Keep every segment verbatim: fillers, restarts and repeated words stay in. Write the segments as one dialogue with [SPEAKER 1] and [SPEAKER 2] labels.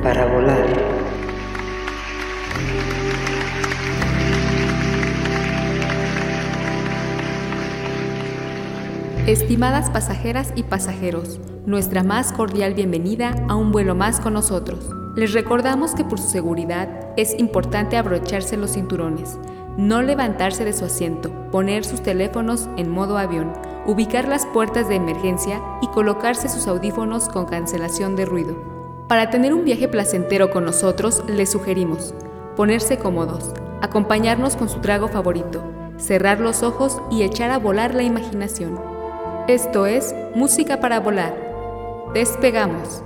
[SPEAKER 1] para volar.
[SPEAKER 2] Estimadas pasajeras y pasajeros, nuestra más cordial bienvenida a un vuelo más con nosotros. Les recordamos que por su seguridad es importante abrocharse los cinturones, no levantarse de su asiento, poner sus teléfonos en modo avión, ubicar las puertas de emergencia y colocarse sus audífonos con cancelación de ruido. Para tener un viaje placentero con nosotros, les sugerimos ponerse cómodos, acompañarnos con su trago favorito, cerrar los ojos y echar a volar la imaginación. Esto es Música para Volar. Despegamos.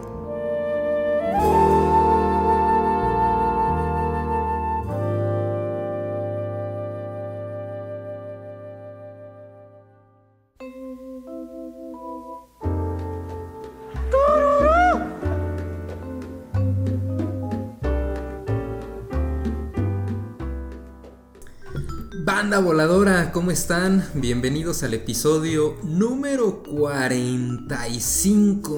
[SPEAKER 3] Banda voladora, ¿cómo están? Bienvenidos al episodio número cuarenta y cinco.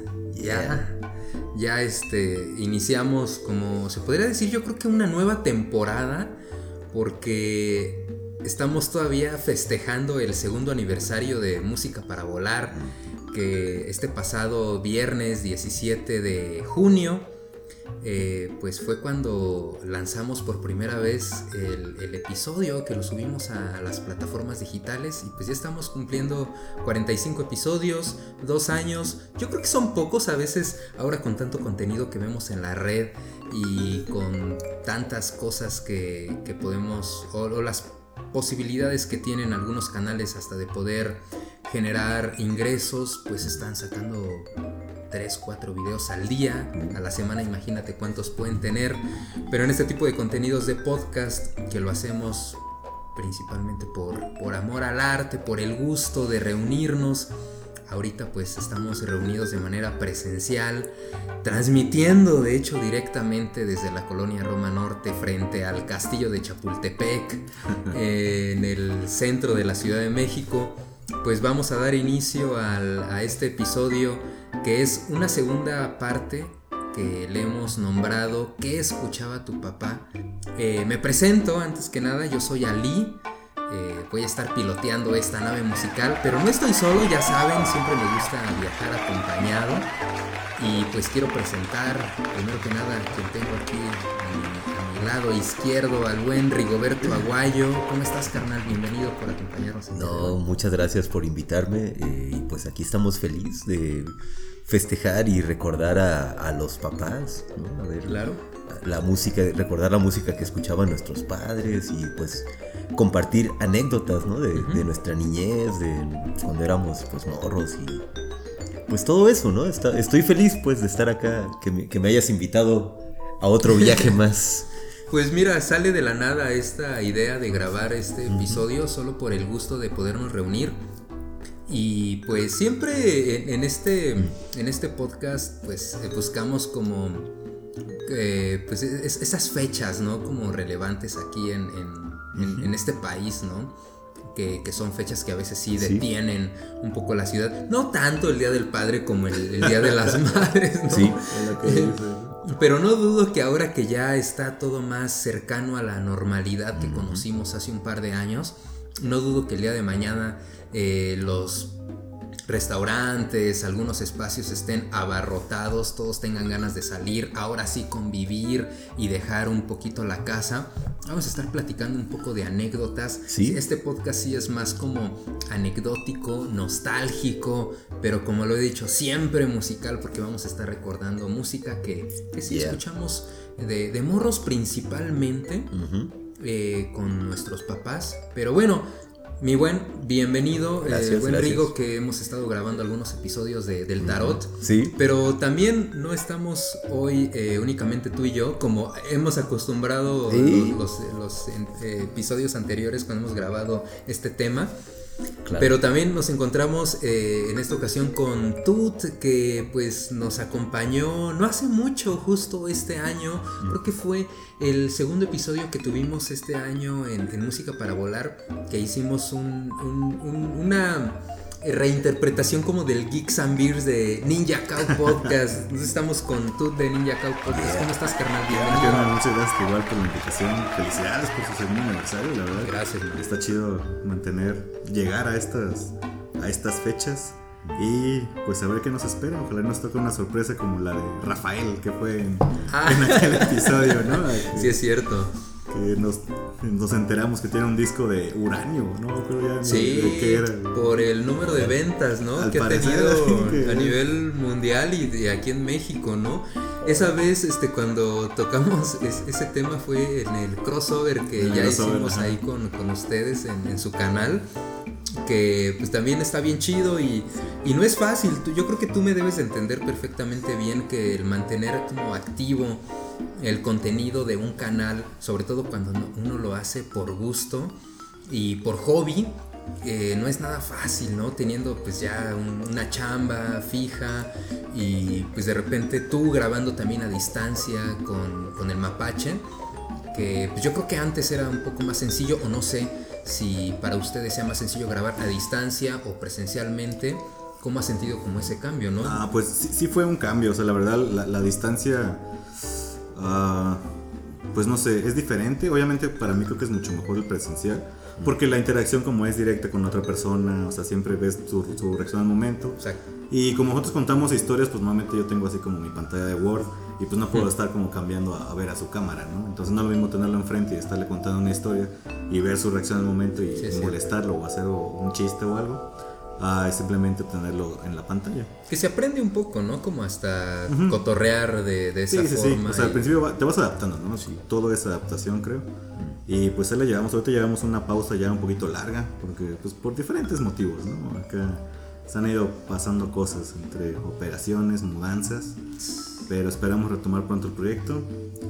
[SPEAKER 3] Ya, ya este, iniciamos, como se podría decir, yo creo que una nueva temporada, porque estamos todavía festejando el segundo aniversario de Música para Volar, que este pasado viernes diecisiete de junio, Eh, pues fue cuando lanzamos por primera vez el, el episodio, que lo subimos a, a las plataformas digitales, y pues ya estamos cumpliendo cuarenta y cinco episodios, dos años. Yo creo que son pocos a veces ahora con tanto contenido que vemos en la red y con tantas cosas que, que podemos, o, o las posibilidades que tienen algunos canales hasta de poder generar ingresos, pues están sacando tres, cuatro videos al día, a la semana, imagínate cuántos pueden tener. Pero en este tipo de contenidos de podcast, que lo hacemos principalmente por, por amor al arte, por el gusto de reunirnos, ahorita pues estamos reunidos de manera presencial, transmitiendo de hecho directamente desde la colonia Roma Norte frente al castillo de Chapultepec, eh, en el centro de la Ciudad de México. Pues vamos a dar inicio al, a este episodio, que es una segunda parte que le hemos nombrado ¿Qué escuchaba tu papá? Eh, me presento antes que nada, yo soy Ali. Eh, voy a estar piloteando esta nave musical, pero no estoy solo, ya saben, siempre me gusta viajar acompañado. Y pues quiero presentar, primero que nada, quien tengo aquí a mi, a mi lado izquierdo, al buen Rigoberto Aguayo. ¿Cómo estás, carnal? Bienvenido por acompañarnos.
[SPEAKER 4] No, muchas gracias por invitarme, eh, y pues aquí estamos felices de festejar y recordar a, a los papás, ¿no? A ver,
[SPEAKER 3] claro.
[SPEAKER 4] La música, recordar la música que escuchaban nuestros padres y pues compartir anécdotas, ¿no? De, uh-huh. de nuestra niñez, de cuando éramos pues morros y pues todo eso, ¿no? Está, estoy feliz pues de estar acá, que me, que me hayas invitado a otro viaje más.
[SPEAKER 3] Pues mira, sale de la nada esta idea de grabar este episodio, uh-huh. solo por el gusto de podernos reunir. Y pues siempre en, en, este, en este podcast pues buscamos como eh, pues es, esas fechas, ¿no? Como relevantes aquí en, en, en, en este país, ¿no? Que, que son fechas que a veces sí detienen sí. un poco la ciudad. No tanto el Día del Padre como el, el Día de las Madres, ¿no?
[SPEAKER 4] Sí.
[SPEAKER 3] Eh, pero no dudo que ahora que ya está todo más cercano a la normalidad que uh-huh. conocimos hace un par de años, no dudo que el día de mañana eh, los restaurantes, algunos espacios estén abarrotados, todos tengan ganas de salir, ahora sí convivir y dejar un poquito la casa. Vamos a estar platicando un poco de anécdotas.
[SPEAKER 4] ¿Sí?
[SPEAKER 3] Este podcast sí es más como anecdótico, nostálgico, pero como lo he dicho, siempre musical, porque vamos a estar recordando música que, que sí yeah. escuchamos de, de morros principalmente, uh-huh. eh, con nuestros papás. Pero bueno, mi buen, bienvenido, gracias, eh, buen gracias. Rigo, que hemos estado grabando algunos episodios de, del Tarot.
[SPEAKER 4] Sí.
[SPEAKER 3] Pero también no estamos hoy eh, únicamente tú y yo, como hemos acostumbrado ¿Sí? los, los, los eh, episodios anteriores cuando hemos grabado este tema. Claro. Pero también nos encontramos eh, en esta ocasión con Tut, que pues nos acompañó no hace mucho, justo este año. Mm. Creo que fue el segundo episodio que tuvimos este año en, en Música para Volar, que hicimos un, un, un, una reinterpretación como del Geeks and Beers de Ninja Cow Podcast. Entonces estamos con Tut de Ninja Cow Podcast. ¿Cómo estás, carnal? Bienvenido.
[SPEAKER 1] Yeah, muchas gracias igual por la invitación. Felicidades por su segundo aniversario, la verdad.
[SPEAKER 3] Gracias, man.
[SPEAKER 1] Está chido mantener, llegar a estas, a estas fechas. Y pues a ver qué nos espera. Ojalá nos toque una sorpresa como la de Rafael, que fue en,
[SPEAKER 3] ah.
[SPEAKER 1] en aquel episodio, ¿no? Que,
[SPEAKER 3] sí, es cierto.
[SPEAKER 1] Que nos, nos enteramos que tiene un disco de uranio, ¿no? Creo ya
[SPEAKER 3] sí,
[SPEAKER 1] de qué era.
[SPEAKER 3] Por el número de ventas, ¿no?
[SPEAKER 1] Al
[SPEAKER 3] que
[SPEAKER 1] parecer,
[SPEAKER 3] ha tenido
[SPEAKER 1] que...
[SPEAKER 3] a nivel mundial y, y aquí en México, ¿no? Esa vez, este, cuando tocamos es, ese tema fue en el crossover que el ya crossover, hicimos ajá. ahí con, con ustedes en, en su canal. Que pues también está bien chido y, y no es fácil. Tú, yo creo que tú me debes de entender perfectamente bien que el mantener como activo el contenido de un canal, sobre todo cuando no, uno lo hace por gusto y por hobby, eh, no es nada fácil, ¿no? Teniendo pues ya un, una chamba fija y pues de repente tú grabando también a distancia con, con el mapache, que pues yo creo que antes era un poco más sencillo, o no sé si para ustedes sea más sencillo grabar a distancia o presencialmente. ¿Cómo has sentido como ese cambio, no?
[SPEAKER 1] Ah, pues sí, sí fue un cambio, o sea, la verdad, la, la distancia, uh, pues no sé, es diferente. Obviamente para mí creo que es mucho mejor el presencial, porque la interacción como es directa con otra persona, o sea, siempre ves su, su reacción al momento.
[SPEAKER 3] Exacto.
[SPEAKER 1] Y como nosotros contamos historias, pues normalmente yo tengo así como mi pantalla de Word y pues no puedo estar como cambiando a, a ver a su cámara, ¿no? Entonces no es lo mismo tenerlo enfrente y estarle contando una historia y ver su reacción al momento y, sí, y molestarlo o hacer un chiste o algo, a simplemente tenerlo en la pantalla.
[SPEAKER 3] Que se aprende un poco, ¿no? Como hasta uh-huh. cotorrear de, de esa
[SPEAKER 1] sí, sí,
[SPEAKER 3] forma.
[SPEAKER 1] Sí, o sea, y... al principio va, te vas adaptando, ¿no? Sí. Todo es adaptación, creo. Uh-huh. Y pues ahí le llevamos, ahorita llevamos una pausa ya un poquito larga, porque pues por diferentes motivos, ¿no? Acá se han ido pasando cosas entre operaciones, mudanzas, pero esperamos retomar pronto el proyecto.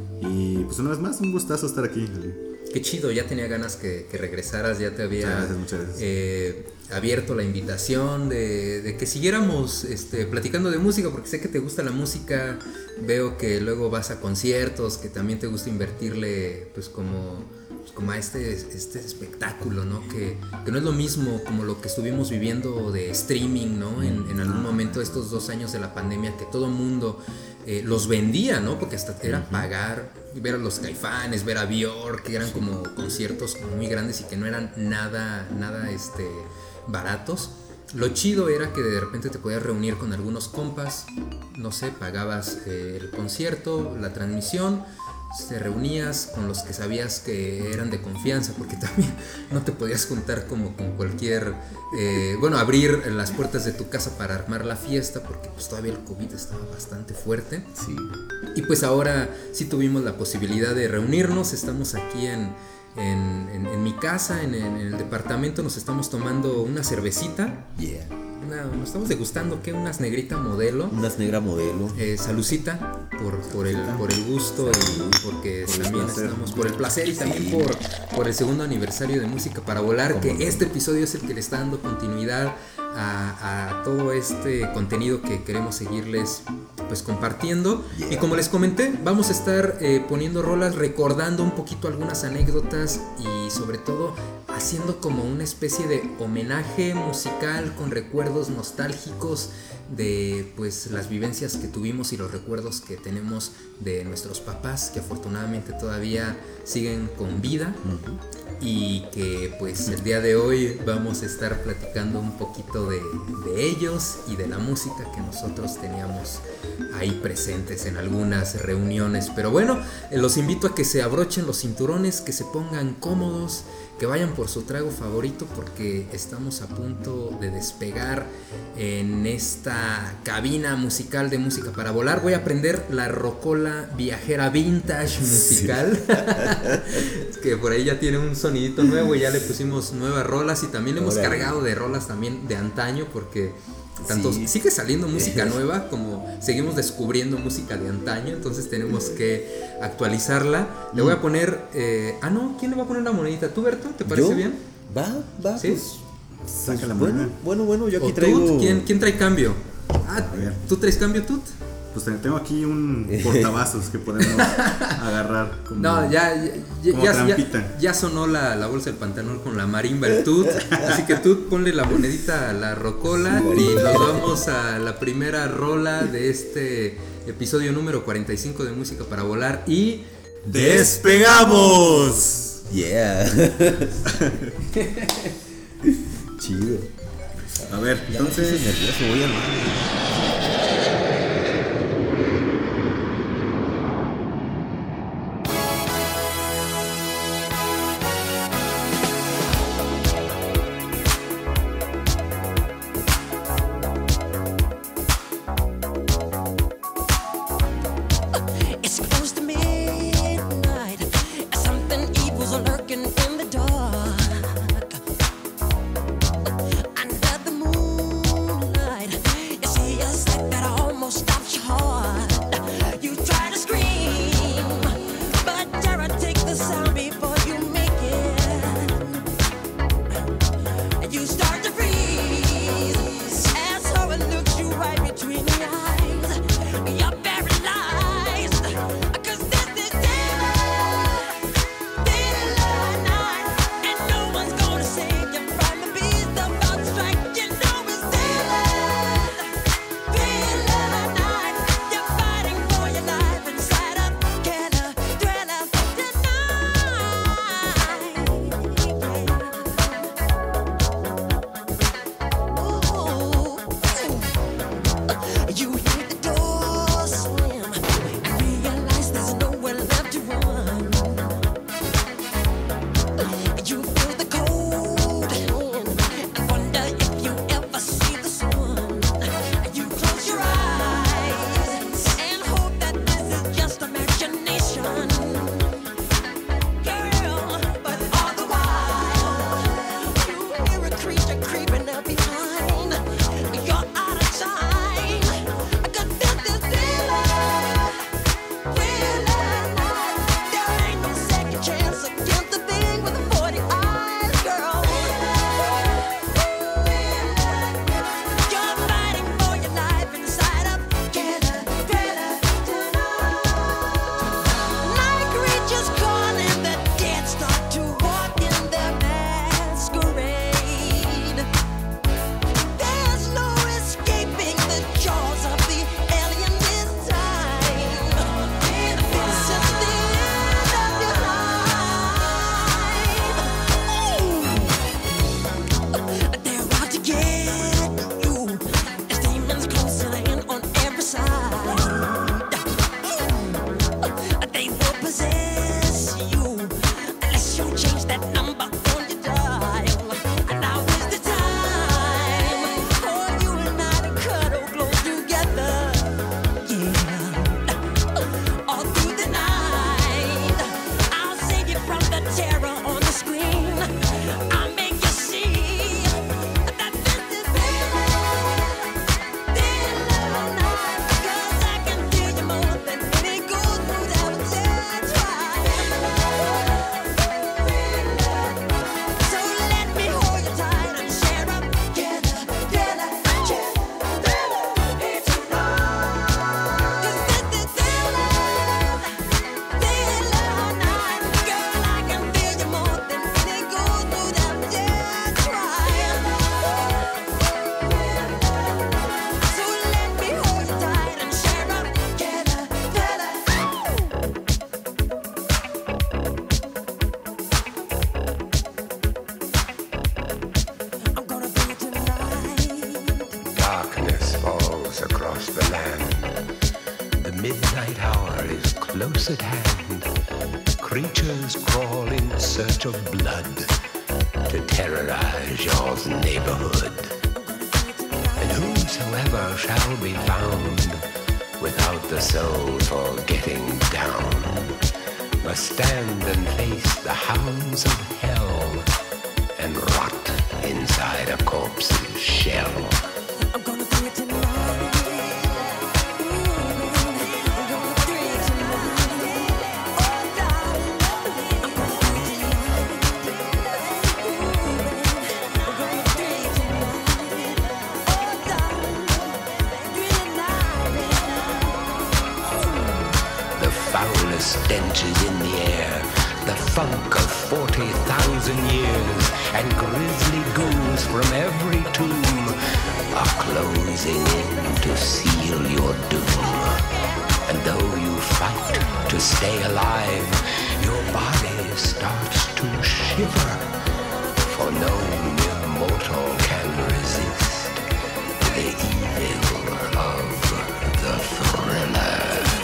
[SPEAKER 1] Y pues una vez más, un gustazo estar aquí.
[SPEAKER 3] Qué chido, ya tenía ganas que, que regresaras, ya te había
[SPEAKER 1] muchas gracias, muchas gracias.
[SPEAKER 3] Eh, abierto la invitación de, de que siguiéramos este, platicando de música, porque sé que te gusta la música, veo que luego vas a conciertos, que también te gusta invertirle pues como... como a este, este espectáculo, ¿no? Que, que no es lo mismo como lo que estuvimos viviendo de streaming, ¿no? En, en algún momento estos dos años de la pandemia, que todo mundo eh, los vendía, ¿no? Porque hasta era pagar, ver a los Caifanes, ver a Björk, que eran como conciertos muy grandes y que no eran nada, nada este, baratos. Lo chido era que de repente te podías reunir con algunos compas, no sé, pagabas eh, el concierto, la transmisión, te reunías con los que sabías que eran de confianza, porque también no te podías juntar como con cualquier eh, bueno, abrir las puertas de tu casa para armar la fiesta, porque pues todavía el COVID estaba bastante fuerte.
[SPEAKER 4] Sí.
[SPEAKER 3] Y pues ahora sí tuvimos la posibilidad de reunirnos. Estamos aquí en, en, en, en mi casa, en, en el departamento, nos estamos tomando una cervecita.
[SPEAKER 4] Yeah.
[SPEAKER 3] Una, nos estamos degustando, ¿qué? Unas negrita modelo.
[SPEAKER 4] Unas negra modelo.
[SPEAKER 3] Eh, salucita por, por, el, por el gusto y porque
[SPEAKER 1] por
[SPEAKER 3] también estamos por el placer y también sí. por, por el segundo aniversario de Música para Volar, que este episodio es el que le está dando continuidad a, a todo este contenido que queremos seguirles pues compartiendo. Yeah. Y como les comenté, vamos a estar eh, poniendo rolas, recordando un poquito algunas anécdotas y sobre todo haciendo como una especie de homenaje musical con recuerdos nostálgicos de pues las vivencias que tuvimos y los recuerdos que tenemos de nuestros papás, que afortunadamente todavía siguen con vida. Uh-huh. Y que pues el día de hoy vamos a estar platicando un poquito de, de ellos y de la música que nosotros teníamos ahí presentes en algunas reuniones. Pero bueno, los invito a que se abrochen los cinturones, que se pongan cómodos, que vayan por su trago favorito, porque estamos a punto de despegar en esta cabina musical de Música para Volar. Voy a aprender la rocola viajera vintage musical, sí. Que por ahí ya tiene un sonidito nuevo y ya le pusimos nuevas rolas y también le hemos Ahora, cargado de rolas también de antaño, porque tanto sí. sigue saliendo música nueva como seguimos descubriendo música de antaño, entonces tenemos que actualizarla. Le voy a poner eh, ah no, ¿quién le va a poner la monedita? ¿Tú, Berto? ¿Te parece
[SPEAKER 4] ¿Yo?
[SPEAKER 3] bien?
[SPEAKER 4] Va, va,
[SPEAKER 3] ¿sí?
[SPEAKER 4] Pues,
[SPEAKER 1] saca la
[SPEAKER 4] bueno,
[SPEAKER 1] moneda.
[SPEAKER 4] Bueno, bueno, yo aquí
[SPEAKER 3] ¿O
[SPEAKER 4] traigo...
[SPEAKER 3] Tut? ¿Quién, ¿Quién trae cambio? Ah, ¿tú traes cambio, Tut?
[SPEAKER 1] pues tengo aquí un portavasos que podemos agarrar. Como,
[SPEAKER 3] no, ya, ya,
[SPEAKER 1] como
[SPEAKER 3] ya, ya, ya sonó la, la bolsa del pantalón con la marimba, el tut. Así que tut, ponle la monedita a la rocola y nos vamos a la primera rola de este episodio número cuarenta y cinco de Música para Volar y...
[SPEAKER 1] ¡Despegamos!
[SPEAKER 4] Yeah. Chido.
[SPEAKER 1] A ver,
[SPEAKER 4] ya
[SPEAKER 1] entonces...
[SPEAKER 4] Me nervioso, voy al baño.
[SPEAKER 5] close at hand. Creatures crawl in search of blood to terrorize your neighborhood. And whosoever shall be found without the soul for getting down must stand and face the hounds of hell and rot inside a corpse's shell.
[SPEAKER 6] I'm gonna do it tonight.
[SPEAKER 5] stenches in the air, the funk of forty thousand years, and grisly ghouls from every tomb are closing in to seal your doom. And though you fight to stay alive, your body starts to shiver, for no mere mortal can resist the evil of the thriller.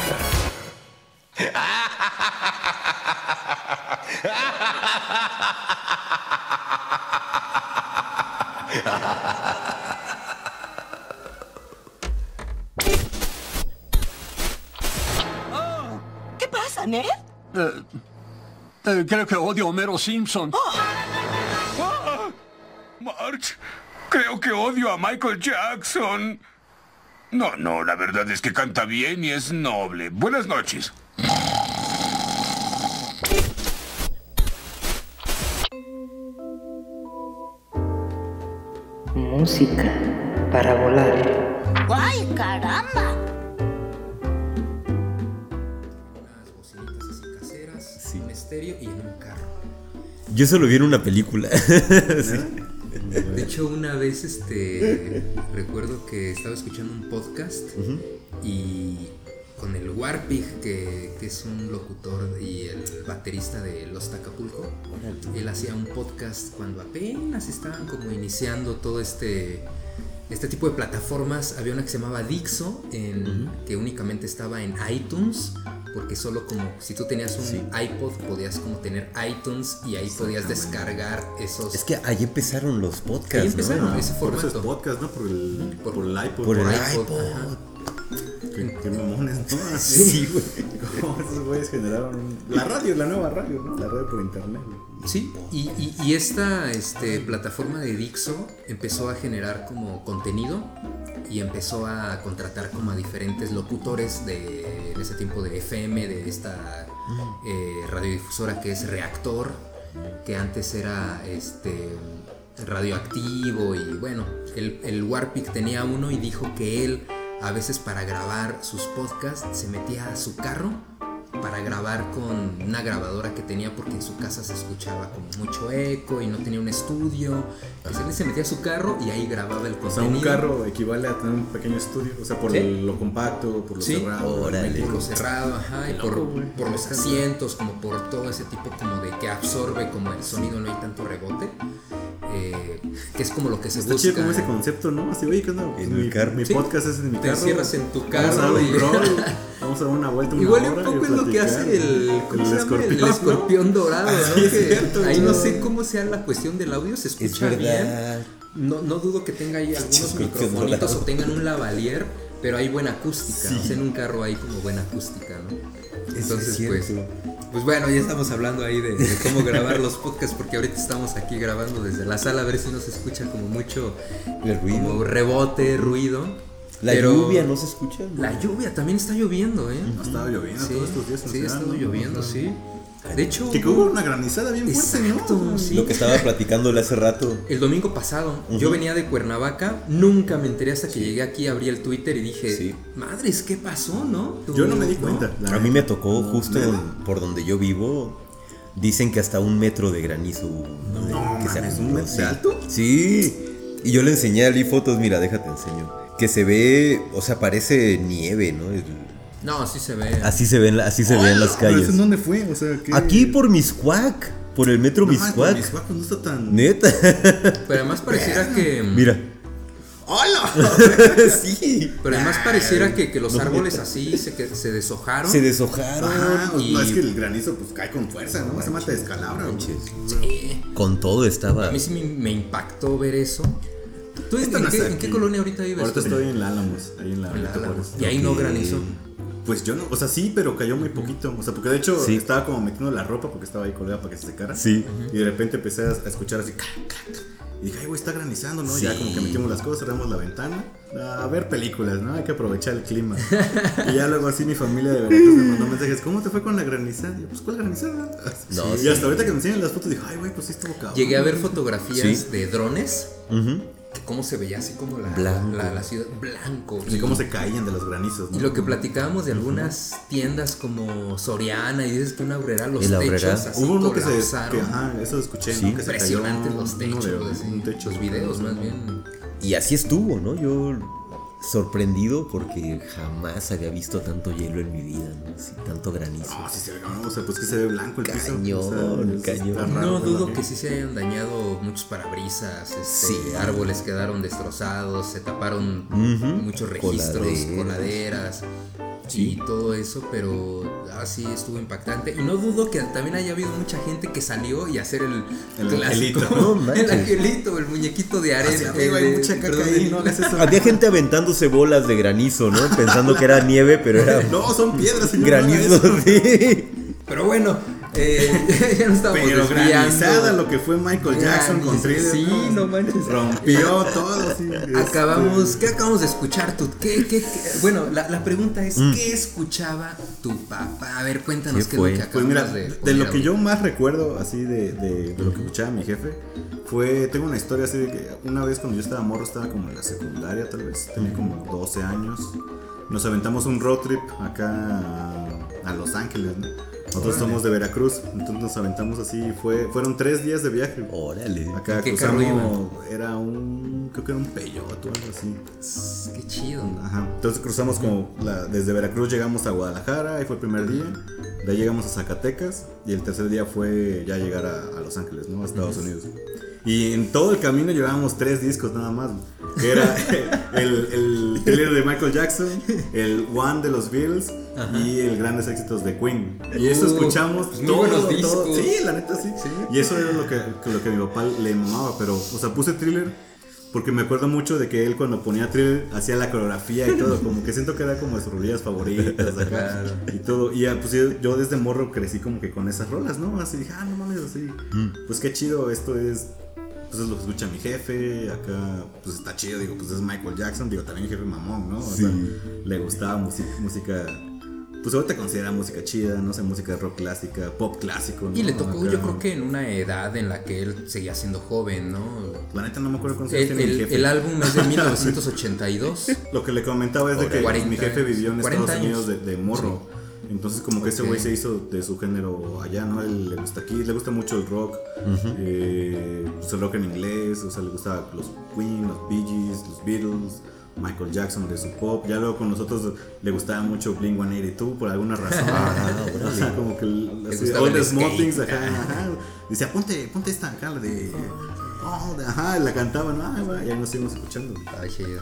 [SPEAKER 6] ¿Qué pasa, Ned?
[SPEAKER 7] Eh, eh, creo que odio a Homero Simpson. Ah, Marge, creo que odio a Michael Jackson. No, no, la verdad es que canta bien y es noble. Buenas noches.
[SPEAKER 8] Música para volar.
[SPEAKER 6] ¡Ay, caramba!
[SPEAKER 3] Unas bocinitas así caseras, un estéreo y en un carro.
[SPEAKER 4] Yo solo vi en una película. Sí.
[SPEAKER 3] De hecho, una vez este recuerdo que estaba escuchando un podcast y con el Warpig, que, que es un locutor y el baterista de Los Acapulco, él hacía un podcast cuando apenas estaban como iniciando todo este este tipo de plataformas. Había una que se llamaba Dixo, en, que únicamente estaba en iTunes, porque solo como si tú tenías un sí. iPod podías como tener iTunes y ahí podías descargar esos.
[SPEAKER 4] Es que ahí empezaron los podcasts,
[SPEAKER 3] ahí empezaron,
[SPEAKER 4] ¿no?
[SPEAKER 3] ese
[SPEAKER 1] Por
[SPEAKER 3] formato.
[SPEAKER 1] eso es podcast, ¿no? Por el, por, por el iPod.
[SPEAKER 4] Por el
[SPEAKER 3] iPod,
[SPEAKER 4] iPod.
[SPEAKER 3] ajá.
[SPEAKER 1] Qué, qué mamones, ¿no?
[SPEAKER 4] Sí, güey.
[SPEAKER 1] Como esos güeyes generaron un- la radio, la nueva radio, ¿no? La radio por internet, güey.
[SPEAKER 3] Sí, y, y, y esta este, plataforma de Dixo empezó a generar como contenido y empezó a contratar como a diferentes locutores de en ese tiempo de F M, de esta eh, radiodifusora que es Reactor, que antes era este Radioactivo, y bueno, el, el Warpig tenía uno y dijo que él a veces para grabar sus podcasts se metía a su carro para grabar con una grabadora que tenía, porque en su casa se escuchaba como mucho eco y no tenía un estudio. Entonces él se metía a su carro y ahí grababa el
[SPEAKER 1] O sea,
[SPEAKER 3] contenido.
[SPEAKER 1] un carro equivale a tener un pequeño estudio, o sea, por
[SPEAKER 3] ¿Sí?
[SPEAKER 1] el- lo compacto, por lo
[SPEAKER 3] Sí,
[SPEAKER 1] cerrado.
[SPEAKER 4] órale.
[SPEAKER 3] por lo cerrado, ajá, y
[SPEAKER 1] Qué
[SPEAKER 3] por,
[SPEAKER 1] loco, güey.
[SPEAKER 3] por los asientos, como por todo ese tipo como de que absorbe como el sonido, no hay tanto rebote, eh, que es como lo que se
[SPEAKER 1] Está
[SPEAKER 3] busca.
[SPEAKER 1] chido como ese concepto, ¿no? Así, oye, ¿qué onda?
[SPEAKER 4] En
[SPEAKER 1] mi,
[SPEAKER 4] mi carro.
[SPEAKER 1] mi
[SPEAKER 3] Sí.
[SPEAKER 1] podcast es en mi
[SPEAKER 3] Te
[SPEAKER 1] carro.
[SPEAKER 3] encierras en tu
[SPEAKER 1] Vamos a dar
[SPEAKER 3] carro
[SPEAKER 1] un
[SPEAKER 3] y-
[SPEAKER 1] rol, vamos a dar una vuelta, una
[SPEAKER 3] Igual y un
[SPEAKER 1] hora
[SPEAKER 3] poco
[SPEAKER 1] y
[SPEAKER 3] es lo que
[SPEAKER 1] platicar.
[SPEAKER 3] hace el, ¿cómo
[SPEAKER 1] El
[SPEAKER 3] se llama?
[SPEAKER 1] escorpión,
[SPEAKER 3] El
[SPEAKER 1] ¿no?
[SPEAKER 3] escorpión dorado, ¿no?
[SPEAKER 1] Ah, sí, es
[SPEAKER 3] Que
[SPEAKER 1] cierto,
[SPEAKER 3] ahí no
[SPEAKER 1] güey.
[SPEAKER 3] sé cómo sea la cuestión del audio, se
[SPEAKER 4] Es
[SPEAKER 3] escucha bien.
[SPEAKER 4] verdad.
[SPEAKER 3] No, no dudo que tenga ahí algunos
[SPEAKER 4] Escorpión
[SPEAKER 3] microfonitos
[SPEAKER 4] dorado.
[SPEAKER 3] o tengan un lavalier, pero hay buena acústica.
[SPEAKER 4] Sí.
[SPEAKER 3] O sea, en un carro hay como buena acústica, ¿no?
[SPEAKER 4] Eso
[SPEAKER 3] Entonces,
[SPEAKER 4] es
[SPEAKER 3] pues,
[SPEAKER 4] cierto.
[SPEAKER 3] pues bueno, ya estamos hablando ahí de, de cómo grabar los podcasts, porque ahorita estamos aquí grabando desde la sala, a ver si no se escucha como mucho
[SPEAKER 4] El ruido.
[SPEAKER 3] como rebote, ruido.
[SPEAKER 4] La
[SPEAKER 3] Pero
[SPEAKER 4] lluvia no se escucha. ¿no?
[SPEAKER 3] La lluvia también está lloviendo, ¿eh?
[SPEAKER 1] Ha estado lloviendo
[SPEAKER 3] Sí,
[SPEAKER 1] todos estos días. en
[SPEAKER 3] sí, ha
[SPEAKER 1] la ciudad,
[SPEAKER 3] estado
[SPEAKER 1] ¿no?
[SPEAKER 3] lloviendo, sí. De hecho,
[SPEAKER 1] Que hubo una granizada bien fuerte,
[SPEAKER 3] Exacto,
[SPEAKER 1] ¿no?
[SPEAKER 3] sí.
[SPEAKER 4] Lo que estaba platicándole hace rato.
[SPEAKER 3] el domingo pasado, yo venía de Cuernavaca, nunca me enteré hasta que llegué aquí, abrí el Twitter y dije,
[SPEAKER 4] Sí.
[SPEAKER 3] madres, ¿qué pasó, no? Tú,
[SPEAKER 1] Yo no me di
[SPEAKER 3] ¿no?
[SPEAKER 1] cuenta. la
[SPEAKER 4] A mí me
[SPEAKER 1] neta.
[SPEAKER 4] tocó
[SPEAKER 1] No,
[SPEAKER 4] justo
[SPEAKER 1] ¿neta?
[SPEAKER 4] en- por donde yo vivo. Dicen que hasta un metro de granizo. ¿no?
[SPEAKER 1] No,
[SPEAKER 4] que se
[SPEAKER 1] mames,
[SPEAKER 4] acumuló,
[SPEAKER 1] ¿un metro
[SPEAKER 4] sí.
[SPEAKER 1] de alto?
[SPEAKER 4] Sí. Y yo le enseñé a Ali fotos, mira, déjate enseño. Que se ve, o sea, parece nieve, ¿no? El-
[SPEAKER 3] No, sí se ve.
[SPEAKER 4] Así se ven, así se ve en las
[SPEAKER 1] ¿Pero
[SPEAKER 4] calles.
[SPEAKER 1] eso en dónde fue? O sea, ¿qué?
[SPEAKER 4] Aquí por Miscuac, por el metro
[SPEAKER 1] No, mames, por
[SPEAKER 4] Miscuac.
[SPEAKER 1] Miscuac, no está tan...
[SPEAKER 4] Neta.
[SPEAKER 3] Pero además pareciera que...
[SPEAKER 4] Mira.
[SPEAKER 1] ¡Hola!
[SPEAKER 4] Sí.
[SPEAKER 3] Pero además pareciera que, que los árboles así se, que, se deshojaron.
[SPEAKER 4] Se deshojaron.
[SPEAKER 1] Ah,
[SPEAKER 3] y-
[SPEAKER 1] no, es que el granizo pues cae con fuerza, ¿no? Se mata de descalabra, güey.
[SPEAKER 3] Sí.
[SPEAKER 4] Con todo estaba.
[SPEAKER 3] A mí sí me, me impactó ver eso. ¿Tú en,
[SPEAKER 1] Esto
[SPEAKER 3] en
[SPEAKER 1] no
[SPEAKER 3] qué,
[SPEAKER 1] está
[SPEAKER 3] en qué
[SPEAKER 1] aquí.
[SPEAKER 3] colonia ahorita vives?
[SPEAKER 1] Ahorita
[SPEAKER 3] tú?
[SPEAKER 1] estoy en la Álamos, ahí en la
[SPEAKER 3] En la
[SPEAKER 1] Benito
[SPEAKER 3] Álamos.
[SPEAKER 1] Juárez.
[SPEAKER 3] Y ahí no
[SPEAKER 4] Ok.
[SPEAKER 3] granizó.
[SPEAKER 1] Pues yo no, o sea, sí, pero cayó muy poquito. O sea, porque de hecho
[SPEAKER 4] Sí.
[SPEAKER 1] estaba como metiendo la ropa porque estaba ahí colgada para que se secara.
[SPEAKER 4] Sí.
[SPEAKER 1] Y de repente empecé a a escuchar así. clac, clac, clac. Y dije, ay, güey, está granizando, ¿no? Ya
[SPEAKER 4] Sí.
[SPEAKER 1] como que metimos las cosas, cerramos la ventana. A ver películas, ¿no? Hay que aprovechar el clima. Y ya luego así mi familia de Veracruz me mandó mensajes, ¿cómo te fue con la granizada? Y yo, pues, ¿cuál granizada?
[SPEAKER 4] No,
[SPEAKER 1] y
[SPEAKER 4] sí.
[SPEAKER 1] hasta ahorita que me enseñan las fotos dije, ay, güey, pues sí estuvo cabrón.
[SPEAKER 3] Llegué a ver fotografías
[SPEAKER 4] Sí.
[SPEAKER 3] de drones
[SPEAKER 4] Ujú.
[SPEAKER 3] que cómo se veía así como la,
[SPEAKER 4] Blanco.
[SPEAKER 3] la, la ciudad blanco.
[SPEAKER 1] Y cómo se caían de los granizos, ¿no?
[SPEAKER 3] Y lo que platicábamos de algunas tiendas como Soriana, y dices que una Aurrera, los
[SPEAKER 4] El
[SPEAKER 3] techos
[SPEAKER 4] Aurrera.
[SPEAKER 3] así
[SPEAKER 1] Hubo uno que se.
[SPEAKER 3] colapsaron.
[SPEAKER 1] Que, ajá, eso escuché,
[SPEAKER 4] Sí.
[SPEAKER 1] ¿no? Que se cayó
[SPEAKER 3] Impresionantes los
[SPEAKER 1] uno
[SPEAKER 3] techos,
[SPEAKER 1] de-
[SPEAKER 3] así,
[SPEAKER 1] un techo.
[SPEAKER 3] los videos más bien.
[SPEAKER 4] Y así estuvo, ¿no? Yo sorprendido porque jamás había visto tanto hielo en mi vida, ¿no? Así, tanto granizo.
[SPEAKER 1] No, sí se ve, no, o sea, pues que se ve blanco el piso.
[SPEAKER 4] Cañón,
[SPEAKER 1] o sea, es-
[SPEAKER 4] cañón.
[SPEAKER 1] está raro
[SPEAKER 3] No
[SPEAKER 1] verlo
[SPEAKER 3] dudo
[SPEAKER 1] aquí.
[SPEAKER 3] que sí se hayan dañado muchos parabrisas, este,
[SPEAKER 4] Sí.
[SPEAKER 3] árboles quedaron destrozados, se taparon
[SPEAKER 4] Ujú.
[SPEAKER 3] muchos registros,
[SPEAKER 4] Coladeras.
[SPEAKER 3] coladeras,
[SPEAKER 4] Sí.
[SPEAKER 3] y todo eso, pero así estuvo impactante. Y no dudo que también haya habido mucha gente que salió y hacer el,
[SPEAKER 1] El
[SPEAKER 3] clásico,
[SPEAKER 1] angelito.
[SPEAKER 4] No manches.
[SPEAKER 3] el angelito, el muñequito de arena.
[SPEAKER 1] Hacia arriba
[SPEAKER 3] el
[SPEAKER 1] hay
[SPEAKER 3] de-
[SPEAKER 1] mucha caca
[SPEAKER 3] perdón,
[SPEAKER 1] ahí,
[SPEAKER 3] el-
[SPEAKER 1] no hagas eso.
[SPEAKER 4] Había gente aventándose bolas de granizo, ¿no? Pensando que era nieve, pero era
[SPEAKER 1] No, son piedras, señor.
[SPEAKER 4] granizo,
[SPEAKER 1] no haga eso.
[SPEAKER 4] sí.
[SPEAKER 3] Pero bueno, eh, ya no estábamos
[SPEAKER 1] Pero
[SPEAKER 3] desviando.
[SPEAKER 1] granizada lo que fue Michael Jackson con
[SPEAKER 3] Granizo,
[SPEAKER 1] Thriller.
[SPEAKER 3] sí, no manches.
[SPEAKER 1] Rompió todo, sí.
[SPEAKER 3] Acabamos,
[SPEAKER 1] este,
[SPEAKER 3] ¿qué acabamos de escuchar tú? ¿Qué, qué, qué? Bueno, la, la pregunta es,
[SPEAKER 4] Mm.
[SPEAKER 3] ¿qué escuchaba tu papá? A ver, cuéntanos
[SPEAKER 4] ¿Qué
[SPEAKER 3] qué,
[SPEAKER 4] fue?
[SPEAKER 3] es lo que
[SPEAKER 1] Pues
[SPEAKER 3] acabamos
[SPEAKER 1] mira,
[SPEAKER 3] de
[SPEAKER 1] de lo que
[SPEAKER 3] poner
[SPEAKER 1] yo más recuerdo así de, de, de lo que escuchaba mi jefe fue, tengo una historia así de que una vez cuando yo estaba morro, estaba como en la secundaria tal vez, tenía como doce años, nos aventamos un road trip acá a, a Los Ángeles, ¿no? Nosotros somos de Veracruz, entonces nos aventamos así, fue, fueron tres días de viaje.
[SPEAKER 4] Órale.
[SPEAKER 1] Acá
[SPEAKER 3] ¿Qué carro
[SPEAKER 1] cruzamos, era un, creo que era un Peugeot o algo así.
[SPEAKER 3] ahí. Qué chido.
[SPEAKER 1] Ajá. Entonces cruzamos como la- desde Veracruz llegamos a Guadalajara, ahí fue el primer día. De ahí llegamos a Zacatecas y el tercer día fue ya llegar a, a Los Ángeles, ¿no? A Estados Unidos. Y en todo el camino llevábamos tres discos nada más. Que era el, el Thriller de Michael Jackson, el One de los Beatles y el Grandes Éxitos de Queen. Y eso
[SPEAKER 3] Uh,
[SPEAKER 1] escuchamos
[SPEAKER 3] pues muy
[SPEAKER 1] todo,
[SPEAKER 3] buenos
[SPEAKER 1] todo.
[SPEAKER 3] discos.
[SPEAKER 1] Sí, la neta sí. Y eso era lo que, que lo que a mi papá le mamaba. Pero, o sea, puse Thriller porque me acuerdo mucho de que él cuando ponía Thriller hacía la coreografía y todo. Como que siento que era como de sus rolillas favoritas acá,
[SPEAKER 3] Claro.
[SPEAKER 1] y todo. Y ya, pues yo, yo desde morro crecí como que con esas rolas, ¿no? Así dije, ah, no mames, así. Pues qué chido, esto es. Pues es lo que escucha mi jefe, acá pues está chido, digo, pues es Michael Jackson, digo, también mi jefe mamón, ¿no? O sea, le gustaba música, música, pues ahorita considera música chida, no sé, música de rock clásica, pop clásico, ¿no?
[SPEAKER 3] Y le tocó,
[SPEAKER 1] Acá,
[SPEAKER 3] yo creo que en una edad en la que él seguía siendo joven, ¿no?
[SPEAKER 1] La neta no me acuerdo cuántos
[SPEAKER 3] El,
[SPEAKER 1] años tiene mi
[SPEAKER 3] el,
[SPEAKER 1] jefe.
[SPEAKER 3] el álbum es de mil novecientos ochenta y dos.
[SPEAKER 1] Lo que le comentaba es de que
[SPEAKER 3] cuarenta
[SPEAKER 1] mi jefe vivió en
[SPEAKER 3] cuarenta
[SPEAKER 1] Estados Unidos
[SPEAKER 3] años.
[SPEAKER 1] de, de morro. Entonces como que ese
[SPEAKER 3] Ok.
[SPEAKER 1] güey se hizo de su género allá, ¿no? Él le gusta aquí, le gusta mucho el rock, eh, pues el rock en inglés, o sea, le gusta los Queen, los Bee Gees, los Beatles, Michael Jackson de su pop. Ya luego con nosotros le gustaba mucho Blink ciento ochenta y dos por alguna razón. O sea, como que el- así,
[SPEAKER 3] gustaba
[SPEAKER 1] All the
[SPEAKER 3] el
[SPEAKER 1] Small
[SPEAKER 3] skate.
[SPEAKER 1] Things, ajá, ajá. Dice, ponte, ponte esta acá, la de... oh, de- ajá, la cantaban, ah, va, y ahí nos seguimos escuchando.
[SPEAKER 3] Ay, chido.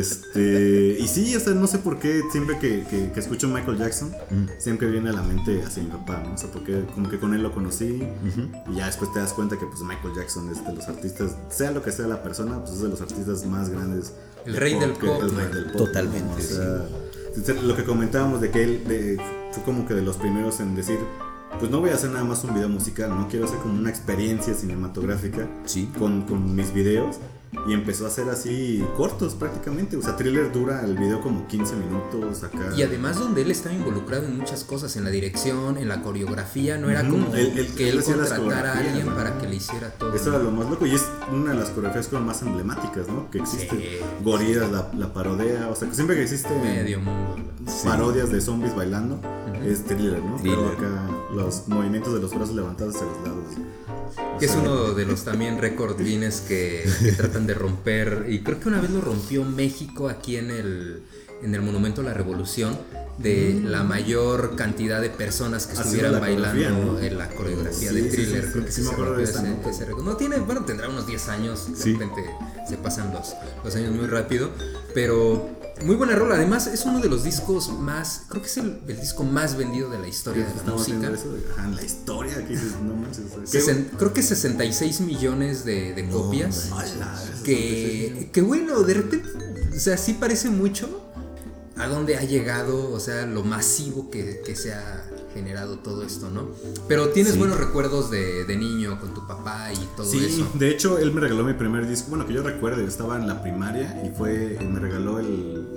[SPEAKER 1] Este, y sí, o sea, no sé por qué siempre que, que, que escucho Michael Jackson, siempre viene a la mente así mi papá, ¿no? O sea, porque como que con él lo conocí y ya después te das cuenta que pues Michael Jackson es de los artistas, sea lo que sea la persona, pues es de los artistas más grandes.
[SPEAKER 3] El rey del
[SPEAKER 1] que-
[SPEAKER 3] pop.
[SPEAKER 1] El rey del pop.
[SPEAKER 4] Totalmente,
[SPEAKER 1] ¿no? O sea, sincer- lo que comentábamos de que él de- fue como que de los primeros en decir, pues no voy a hacer nada más un video musical, no quiero hacer como una experiencia cinematográfica
[SPEAKER 4] Sí.
[SPEAKER 1] con, con mis videos. Y empezó a hacer así cortos prácticamente. O sea, Thriller dura el video como quince minutos acá.
[SPEAKER 3] Y además donde él estaba involucrado en muchas cosas, en la dirección, en la coreografía, no era
[SPEAKER 1] Ujú,
[SPEAKER 3] como
[SPEAKER 1] él- él-
[SPEAKER 3] que
[SPEAKER 1] él
[SPEAKER 3] él
[SPEAKER 1] hacía las
[SPEAKER 3] contratara a
[SPEAKER 1] coreografías,
[SPEAKER 3] alguien
[SPEAKER 1] ¿no?
[SPEAKER 3] para que le hiciera todo.
[SPEAKER 1] Eso era lo más loco y es una de las coreografías como más emblemáticas, ¿no? Que existe.
[SPEAKER 3] Sí.
[SPEAKER 1] Gorillaz la, la parodia. O sea, que siempre que existe
[SPEAKER 3] Medio mundo.
[SPEAKER 1] parodias de zombies bailando, es Thriller, ¿no? Pero
[SPEAKER 4] Thriller.
[SPEAKER 1] acá los movimientos de los brazos levantados hacia los lados. O
[SPEAKER 3] Que es
[SPEAKER 1] sea,
[SPEAKER 3] uno de los también récord Guinness que, que tratan de romper. Y creo que una vez lo rompió México aquí en el, en el Monumento a la Revolución. De la mayor cantidad de personas que
[SPEAKER 1] Haciendo
[SPEAKER 3] estuvieran
[SPEAKER 1] la coreografía,
[SPEAKER 3] bailando
[SPEAKER 1] ¿no?
[SPEAKER 3] en la coreografía
[SPEAKER 1] Sí,
[SPEAKER 3] de
[SPEAKER 1] sí,
[SPEAKER 3] Thriller.
[SPEAKER 1] sí,
[SPEAKER 3] Creo
[SPEAKER 1] sí,
[SPEAKER 3] que
[SPEAKER 1] sí
[SPEAKER 3] sí
[SPEAKER 1] me
[SPEAKER 3] se
[SPEAKER 1] acuerdo de
[SPEAKER 3] rompió
[SPEAKER 1] esa
[SPEAKER 3] ese,
[SPEAKER 1] nota.
[SPEAKER 3] ese récord. No tiene, bueno, tendrá unos diez años. De
[SPEAKER 1] Sí.
[SPEAKER 3] repente se pasan los, los años muy rápido. Pero muy buena rola. Además, es uno de los discos más. Creo que es el, el disco más vendido de la historia de la
[SPEAKER 1] estamos
[SPEAKER 3] música.
[SPEAKER 1] haciendo eso de, ajá, en la historia que dices, no manches. o sea,
[SPEAKER 3] Sesen- creo que sesenta y seis millones de, de copias.
[SPEAKER 1] Ala, eso
[SPEAKER 3] que, que bueno, de repente, o sea, sí parece mucho a dónde ha llegado, o sea, lo masivo que, que se ha generado todo esto, ¿no? Pero tienes
[SPEAKER 1] Sí.
[SPEAKER 3] buenos recuerdos de, de niño con tu papá y todo
[SPEAKER 1] Sí,
[SPEAKER 3] eso.
[SPEAKER 1] de hecho él me regaló mi primer disco, bueno que yo recuerdo, yo estaba en la primaria y fue, me regaló el,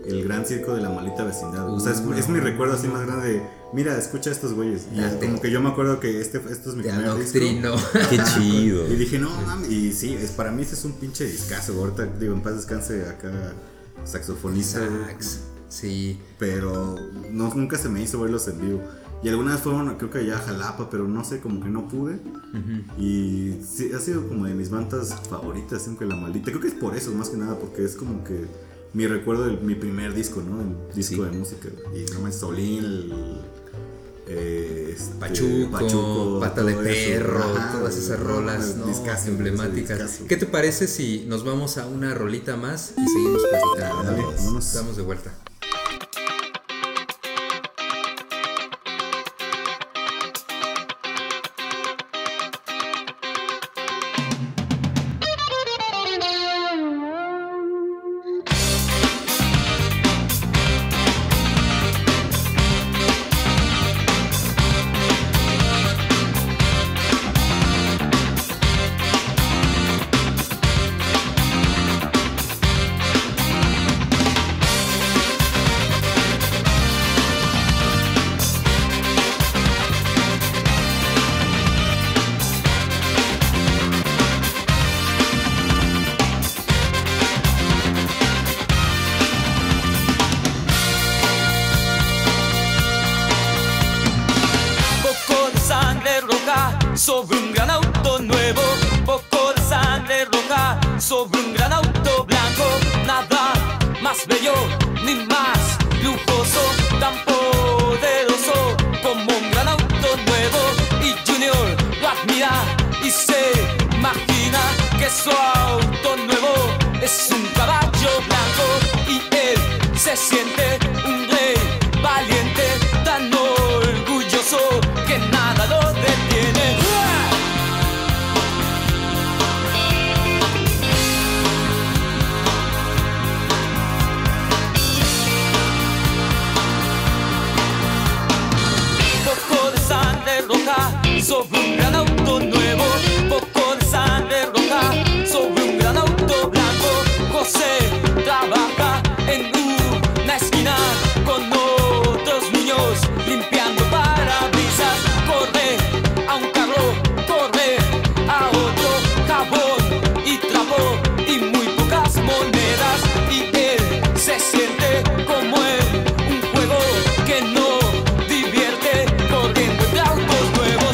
[SPEAKER 1] el gran circo de la maldita vecindad. O sea, es, es mi recuerdo así más grande de, mira, escucha a estos güeyes. Y es como que yo me acuerdo que este, esto es mi primer
[SPEAKER 3] adoctrino.
[SPEAKER 1] disco.
[SPEAKER 4] Qué chido.
[SPEAKER 1] Y dije, no, mames. Y sí, es, para mí ese es un pinche discazo. Ahorita, digo, en paz descanse acá, saxofonista.
[SPEAKER 3] Sax, sí.
[SPEAKER 1] Pero no, nunca se me hizo verlos en vivo. Y algunas fueron, creo que allá a Jalapa, pero no sé, como que no pude. Uh-huh. Y sí, ha sido como de mis bandas favoritas, siempre la maldita. Creo que es por eso, más que nada, porque es como que mi recuerdo de mi primer disco, ¿no? El disco sí. de música. Y no me Solín, el. Eh, este,
[SPEAKER 3] Pachuco, Pachuco, Pata de Perro, ajá, todas esas rolas no, discazo, emblemáticas. Discazo. ¿Qué te parece si nos vamos a una rolita más y seguimos platicando?
[SPEAKER 1] Dale, vámonos.
[SPEAKER 3] Estamos de vuelta.
[SPEAKER 9] Sobre un gran auto nuevo, poco de sangre roja. Sobre un gran auto blanco, nada más bello ni más lujoso, tan poderoso como un gran auto nuevo. Y Junior lo admira y se imagina que su auto nuevo es un caballo blanco. Y él se siente un rey valiente, tan orgulloso que nada lo detiene. Sobre un gran auto nuevo, poco de sangre roja. Sobre un gran auto blanco, José trabaja en una esquina con otros niños limpiando parabrisas. Corre a un carro, corre a otro, jabón y trapo y muy pocas monedas. Y él se siente como en un juego que no divierte, corriendo entre autos nuevos.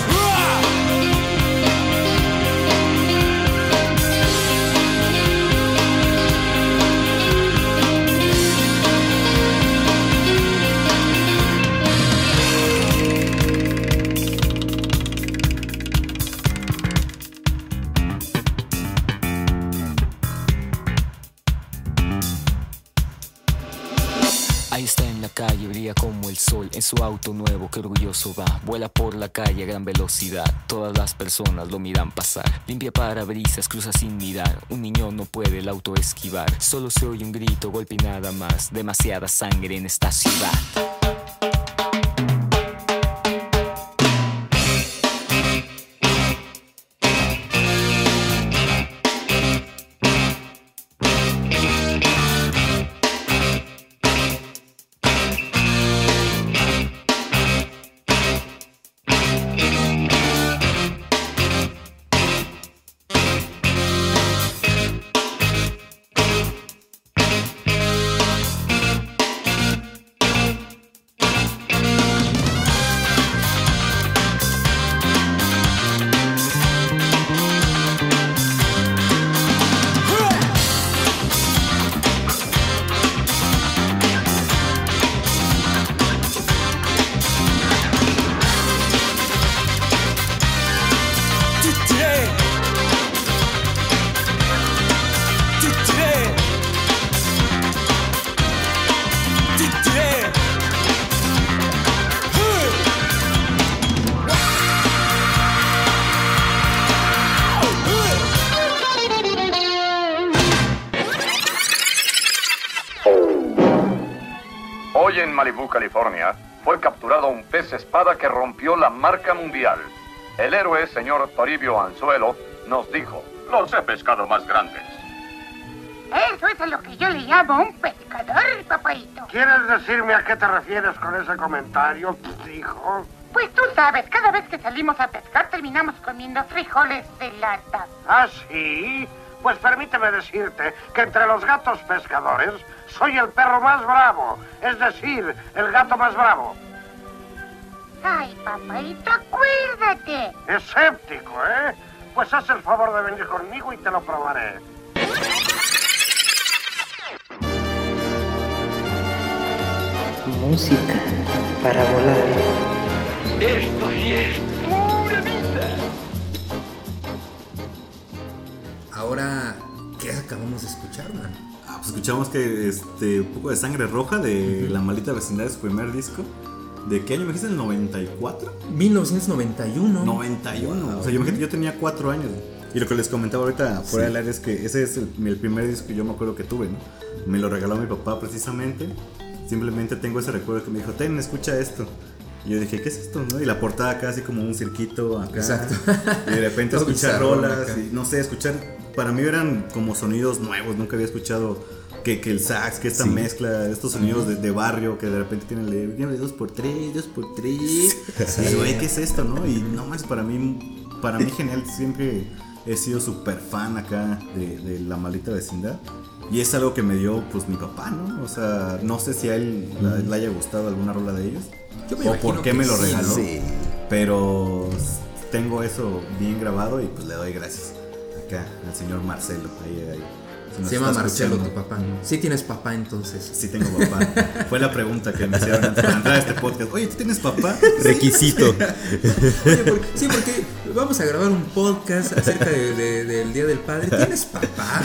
[SPEAKER 9] Ahí está en la calle, brilla como el sol en su auto nuevo, que orgulloso va. Vuela por la calle a gran velocidad, todas las personas lo miran pasar. Limpia parabrisas, cruza sin mirar, un niño no puede el auto esquivar. Solo se oye un grito, golpe y nada más, demasiada sangre en esta ciudad.
[SPEAKER 10] Hoy en Malibú, California, fue capturado un pez espada que rompió la marca mundial. El héroe, señor Toribio Anzuelo, nos dijo: los he pescado más grandes.
[SPEAKER 11] Eso es a lo que yo le llamo un pescador, papaito.
[SPEAKER 12] ¿Quieres decirme a qué te refieres con ese comentario, hijo?
[SPEAKER 11] Pues tú sabes, cada vez que salimos a pescar terminamos comiendo frijoles de lata.
[SPEAKER 12] ¿Ah, sí? Pues permíteme decirte que entre los gatos pescadores soy el perro más bravo, es decir, el gato más bravo.
[SPEAKER 11] Ay, papaito, acuérdate.
[SPEAKER 12] Escéptico, ¿eh? Pues haz el favor de venir conmigo y te lo probaré.
[SPEAKER 8] Música para volar.
[SPEAKER 5] Esto sí es pura vida.
[SPEAKER 3] Ahora, ¿qué acabamos de escuchar, man?
[SPEAKER 1] Ah, pues escuchamos que este, un poco de Sangre Roja de uh-huh. La Maldita Vecindad, de su primer disco. ¿De qué año me dijiste? ¿El noventa y cuatro?
[SPEAKER 3] mil novecientos noventa y uno.
[SPEAKER 1] noventa y uno. Wow. O sea, yo, me, yo tenía cuatro años. Y lo que les comentaba ahorita fuera sí. del aire es que ese es el, el primer disco que yo me acuerdo que tuve, ¿no? Me lo regaló mi papá precisamente. Simplemente tengo ese recuerdo que me dijo, ten, escucha esto. Y yo dije, ¿qué es esto? ¿No? Y la portada acá así como un cirquito acá.
[SPEAKER 3] Exacto.
[SPEAKER 1] Y de repente escuchar rolas y no sé, escuchar, para mí eran como sonidos nuevos, nunca había escuchado que, que el sax, que esta sí. mezcla, estos sonidos de, de barrio que de repente tienen de dos por tres, dos por tres. Sí. Y güey, ¿qué es esto, no? Y no más, para mí, para mí genial, siempre he sido súper fan acá de, de La Maldita Vecindad. Y es algo que me dio pues mi papá, ¿no? O sea, no sé si a él mm. le haya gustado alguna rola de ellos o por qué me lo regaló, sí. Pero tengo eso bien grabado y pues le doy gracias acá al señor Marcelo. Ahí, ahí.
[SPEAKER 3] Si Se llama Marcelo tu papá. ¿Sí tienes papá entonces?
[SPEAKER 1] Sí tengo papá. Fue la pregunta que me hicieron antes de entrar a este podcast. Oye, ¿tú tienes papá?
[SPEAKER 4] Requisito.
[SPEAKER 3] Oye, porque, sí, porque vamos a grabar un podcast acerca de, de, del Día del Padre. ¿Tienes papá?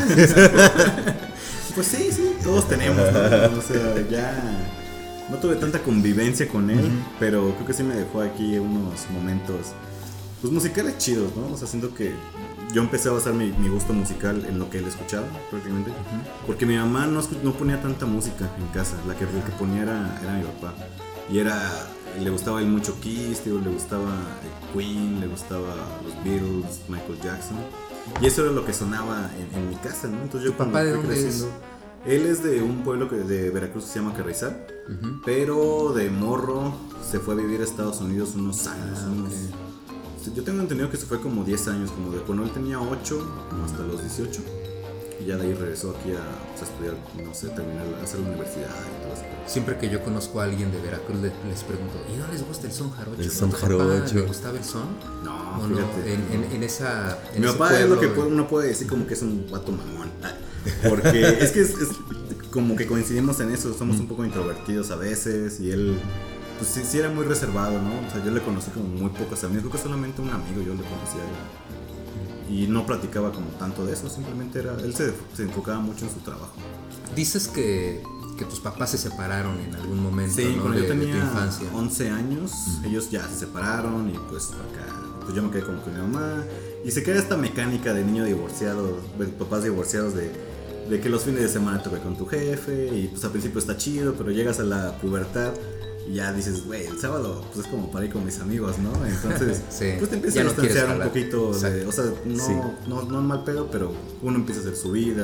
[SPEAKER 1] Pues sí, sí, todos tenemos, ¿no? O sea, ya no tuve tanta convivencia con él, uh-huh. pero creo que sí me dejó aquí unos momentos pues musicales chidos, ¿no? O sea, siento que yo empecé a basar mi, mi gusto musical en lo que él escuchaba, prácticamente, uh-huh. porque mi mamá no, no ponía tanta música en casa, la que, el que ponía era, era mi papá, y era, le gustaba él mucho Kiss, tío, le gustaba Queen, le gustaba los Beatles, Michael Jackson. Y eso era lo que sonaba en, en mi casa, ¿no? Entonces yo cuando
[SPEAKER 3] ¿Papá de
[SPEAKER 1] fui
[SPEAKER 3] dónde
[SPEAKER 1] creciendo,
[SPEAKER 3] es?
[SPEAKER 1] Él es de un pueblo que, de Veracruz que se llama Carrizal, uh-huh. pero de morro se fue a vivir a Estados Unidos unos años. Ah, unos, okay. Yo tengo entendido que se fue como diez años, como de cuando él tenía ocho, como hasta los dieciocho. Y ya de ahí regresó aquí a, pues, a estudiar, no sé, terminar, a hacer la universidad y todo eso.
[SPEAKER 3] Siempre que yo conozco a alguien de Veracruz les, les pregunto, ¿y no les gusta el son jarocho?
[SPEAKER 4] El son jarocho.
[SPEAKER 3] ¿Le gustaba el son?
[SPEAKER 1] No,
[SPEAKER 3] ¿O
[SPEAKER 1] fíjate.
[SPEAKER 3] No? En, en, en esa en
[SPEAKER 1] Mi papá es lo que puede, uno puede decir como que es un vato mamón. Porque es que es, es como que coincidimos en eso, somos un poco introvertidos a veces y él... Pues sí, sí era muy reservado, ¿no? O sea, yo le conocí como muy pocos amigos, creo que solamente un amigo yo le conocía a él. Y no platicaba como tanto de eso, simplemente era, él se, se enfocaba mucho en su trabajo.
[SPEAKER 3] Dices que, que tus papás se separaron en algún momento,
[SPEAKER 1] sí,
[SPEAKER 3] ¿no?
[SPEAKER 1] Cuando
[SPEAKER 3] de,
[SPEAKER 1] yo tenía
[SPEAKER 3] de tu infancia.
[SPEAKER 1] once años, uh-huh. ellos ya se separaron y pues acá, pues yo me quedé como con mi mamá. Y se queda esta mecánica de niño divorciado, de papás divorciados de, de que los fines de semana te ve con tu jefe y pues al principio está chido, pero llegas a la pubertad y ya dices, güey, el sábado pues es como para ir con mis amigos, ¿no? Entonces, sí. pues te empiezas ya a distanciar no un poquito de, o sea, no, sí. no, no mal pedo, pero uno empieza a hacer su vida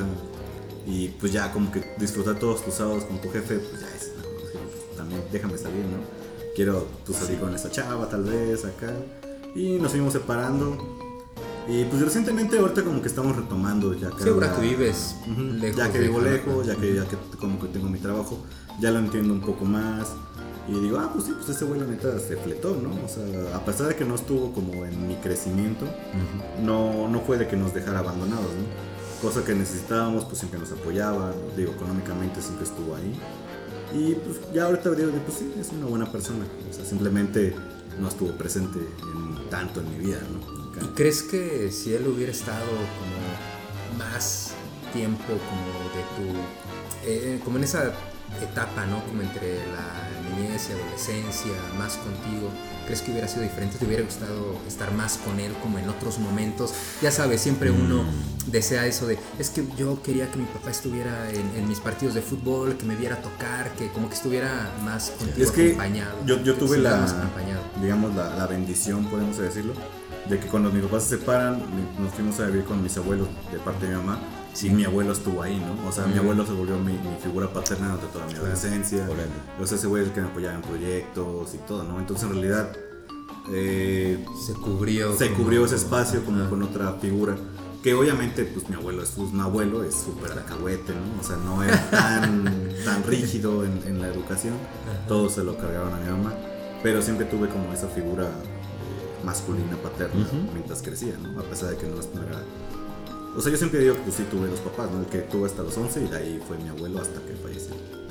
[SPEAKER 1] y pues ya como que disfrutar todos tus sábados con tu jefe, pues ya es, no, también déjame salir, ¿no? Quiero pues salir sí. con esta chava tal vez acá y nos fuimos separando. Y pues recientemente ahorita como que estamos retomando ya cada,
[SPEAKER 3] sí, ahora que vives
[SPEAKER 1] uh-huh,
[SPEAKER 3] lejos,
[SPEAKER 1] ya que vivo lejos, ya que, ya que como que tengo mi trabajo, ya lo entiendo un poco más. Y digo, ah, pues sí, pues ese güey la neta se fletó, ¿no? O sea, a pesar de que no estuvo como en mi crecimiento, uh-huh. no, no fue de que nos dejara abandonados, ¿no? Cosa que necesitábamos, pues siempre nos apoyaba, digo, económicamente siempre estuvo ahí. Y pues ya ahorita digo, pues sí, es una buena persona, o sea, simplemente no estuvo presente en, tanto en mi vida, ¿no?
[SPEAKER 3] ¿Y crees que si él hubiera estado como más tiempo como de tu, eh, como en esa etapa, ¿no? Como entre la niñez y adolescencia, más contigo, ¿crees que hubiera sido diferente? ¿Te hubiera gustado estar más con él como en otros momentos? Ya sabes, siempre uno desea eso de, es que yo quería que mi papá estuviera en, en mis partidos de fútbol, que me viera tocar, que como que estuviera más contigo,
[SPEAKER 1] es que
[SPEAKER 3] acompañado.
[SPEAKER 1] Yo, yo tuve la,
[SPEAKER 3] más acompañado.
[SPEAKER 1] digamos, la, la bendición, podemos decirlo, de que cuando mis papás se separan, nos fuimos a vivir con mis abuelos de parte de mi mamá. Sí, mi abuelo estuvo ahí, ¿no? O sea, mm. mi abuelo se volvió mi, mi figura paterna durante toda mi adolescencia. Orale. O sea, ese güey es el que me apoyaba en proyectos y todo, ¿no? Entonces, en realidad, eh,
[SPEAKER 3] se cubrió.
[SPEAKER 1] Se como... cubrió ese espacio como ah. con otra figura. Que obviamente, pues mi abuelo es un abuelo, es súper alcahuete, ¿no? O sea, no era tan, tan rígido en, en la educación. Ajá. Todo se lo cargaron a mi mamá. Pero siempre tuve como esa figura eh, masculina, paterna, uh-huh. mientras crecía, ¿no? A pesar de que no, no era... O sea, yo siempre digo que pues sí tuve dos papás, ¿no? El que tuve hasta los once y de ahí fue mi abuelo hasta que falleció.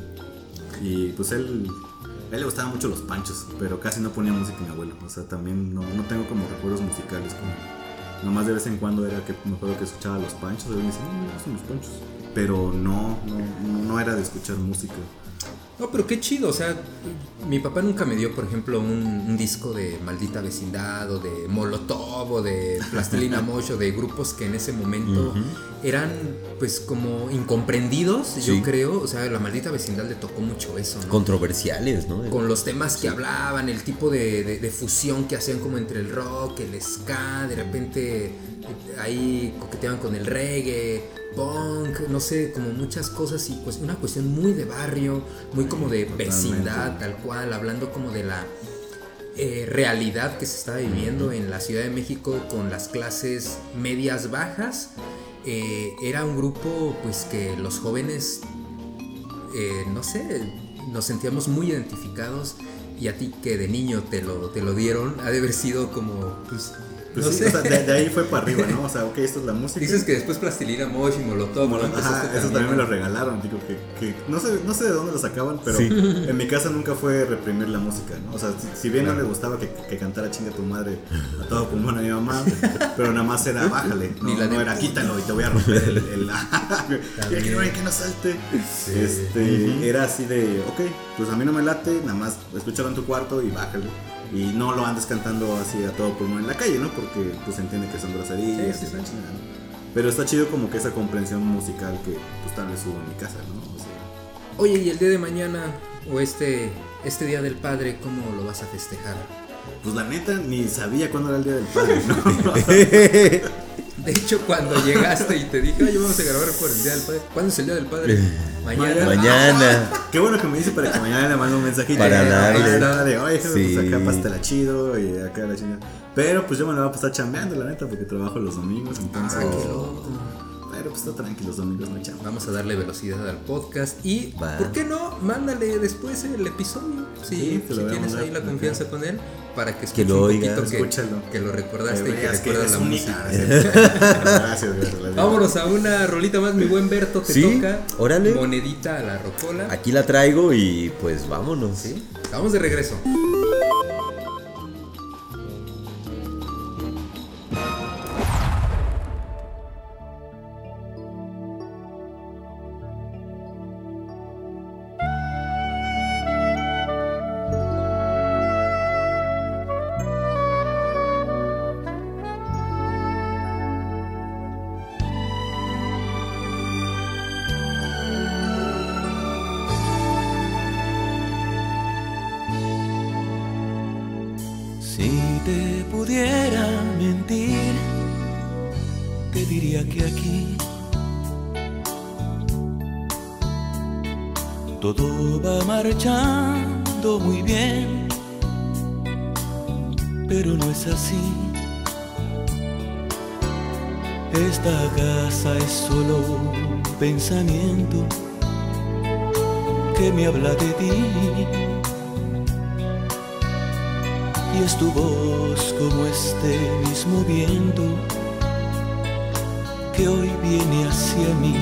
[SPEAKER 1] Y pues él, a él le gustaban mucho los panchos, pero casi no ponía música mi abuelo. O sea, también no, no tengo como recuerdos musicales. Como, nomás de vez en cuando era que me acuerdo que escuchaba los panchos. Y me decía, no, no son los panchos. Pero no, no, no era de escuchar música.
[SPEAKER 3] No, pero qué chido, o sea, mi papá nunca me dio, por ejemplo, un, un disco de Maldita Vecindad o de Molotov o de Plastilina Mosh o de grupos que en ese momento uh-huh. eran pues como incomprendidos, sí. yo creo, o sea, la Maldita Vecindad le tocó mucho eso, ¿no?
[SPEAKER 4] Controversiales, ¿no?
[SPEAKER 3] Con los temas sí. que hablaban, el tipo de, de, de fusión que hacían como entre el rock, el ska, de repente ahí coqueteaban con el reggae, punk, no sé, como muchas cosas y pues una cuestión muy de barrio, muy como de vecindad, tal cual, hablando como de la eh, realidad que se estaba viviendo en la Ciudad de México con las clases medias bajas. Eh, era un grupo pues que los jóvenes, eh, no sé, nos sentíamos muy identificados y a ti que de niño te lo, te lo dieron, ha de haber sido como pues...
[SPEAKER 1] Pues
[SPEAKER 3] no
[SPEAKER 1] sí,
[SPEAKER 3] sé.
[SPEAKER 1] O sea, de, de ahí fue para arriba, ¿no? O sea, ok, esto es la música.
[SPEAKER 3] Dices que después Plastilina Mosh y Molotov, ¿no?
[SPEAKER 1] Ajá, eso también me lo regalaron, digo que, que no sé, no sé de dónde lo sacaban, pero sí. en mi casa nunca fue reprimir la música, ¿no? O sea, si, si bien claro. no le gustaba que, que cantara Chinga tu madre a todo pulmón a mi mamá, pero nada más era bájale, no, Ni la no era quítalo y te voy a romper el, el que, que, que no salte. Sí. Este, uh-huh. Era así de, ok, pues a mí no me late, nada más escúchalo en tu cuarto y bájale. Y no lo andes cantando así a todo pulmón en la calle, ¿no? Porque pues se entiende que son groserías. Sí, sí, sí. Pero está chido como que esa comprensión musical que pues tal vez hubo en mi casa, ¿no? O sea,
[SPEAKER 3] oye, y el día de mañana o este, este Día del Padre, ¿cómo lo vas a festejar?
[SPEAKER 1] Pues la neta ni sabía cuándo era el Día del Padre, ¿no?
[SPEAKER 3] De hecho, cuando llegaste y te dije, oye, vamos a grabar por el Día del Padre. ¿Cuándo es el Día del Padre? Mañana.
[SPEAKER 4] Mañana.
[SPEAKER 1] Qué bueno que me dice para que mañana le mande un mensajito.
[SPEAKER 4] Para darle.
[SPEAKER 1] De, oye, sí. pues acá pastela chido y acá la chingada. Pero pues yo me lo voy a pasar chambeando, la neta, porque trabajo los domingos, entonces.
[SPEAKER 3] Ah, qué loco.
[SPEAKER 1] Pero pues está tranquilo, los domingos no chamba.
[SPEAKER 3] Vamos a darle velocidad al podcast y, Va. ¿por qué no? Mándale después el episodio. Sí, sí si tienes ahí la confianza okay. con él, para que escuche
[SPEAKER 4] que lo
[SPEAKER 3] un
[SPEAKER 4] oiga,
[SPEAKER 3] poquito que, que lo recordaste que y que recuerdas la música.
[SPEAKER 1] Gracias, gracias.
[SPEAKER 3] Vámonos a una rolita más, mi buen Berto, te
[SPEAKER 4] ¿Sí?
[SPEAKER 3] toca.
[SPEAKER 4] Órale.
[SPEAKER 3] Monedita a la rocola.
[SPEAKER 4] Aquí la traigo y pues vámonos.
[SPEAKER 3] ¿Sí? Vamos de regreso.
[SPEAKER 13] Si te pudiera mentir, te diría que aquí todo va marchando muy bien, pero no es así. Esta casa es solo un pensamiento que me habla de ti. Y es tu voz como este mismo viento que hoy viene hacia mí.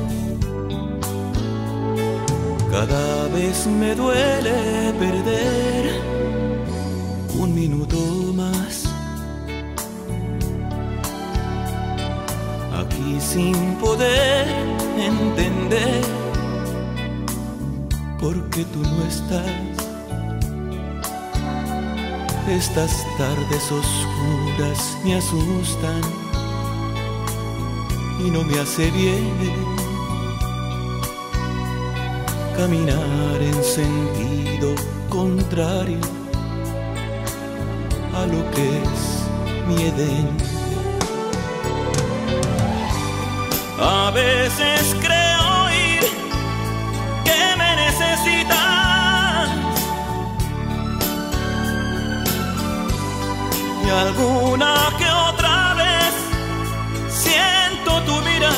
[SPEAKER 13] Cada vez me duele perder un minuto más aquí sin poder entender por qué tú no estás. Estas tardes oscuras me asustan y no me hace bien caminar en sentido contrario a lo que es mi Edén.
[SPEAKER 9] A veces creo oír que me necesitas y alguna que otra vez siento tu mirada.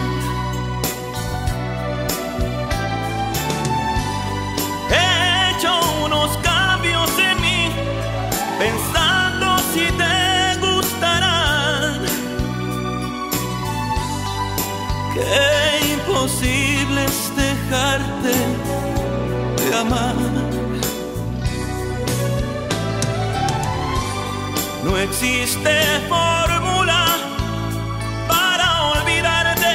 [SPEAKER 9] He hecho unos cambios en mí pensando si te gustarán. Qué imposible es dejarte de amar. No existe fórmula para olvidarte.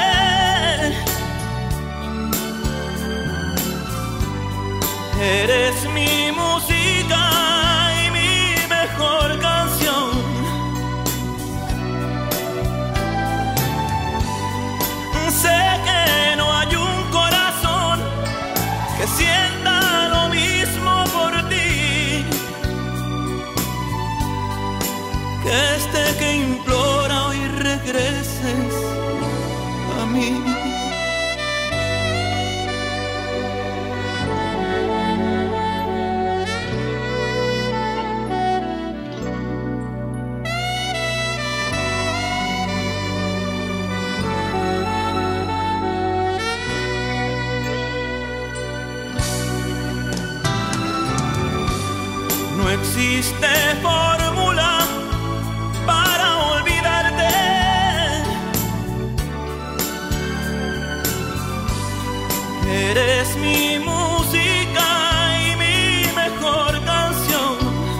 [SPEAKER 9] Eres mi música y mi mejor canción. Sé que no hay un corazón que sienta lo mismo por ti, que este que implora hoy regreses a mí. No existe fórmula para olvidarte. Eres mi música y mi mejor canción.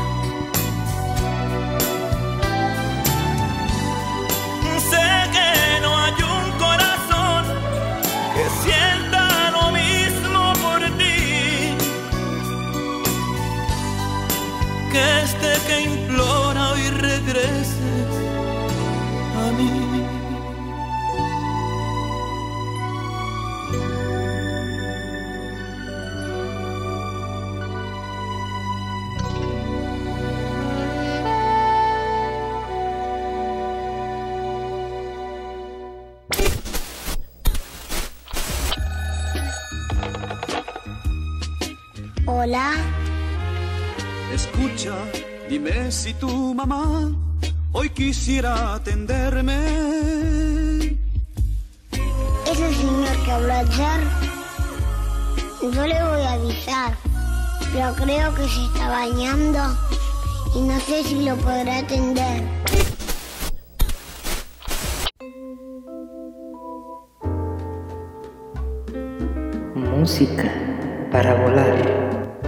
[SPEAKER 9] Sé que no hay un corazón que sienta lo mismo por ti, que este que implora hoy regreses a mí.
[SPEAKER 14] Hola.
[SPEAKER 15] Escucha, dime si tu mamá hoy quisiera atenderme.
[SPEAKER 14] Ese señor que habló ayer, yo le voy a avisar, pero creo que se está bañando y no sé si lo podrá atender.
[SPEAKER 8] Música para volar.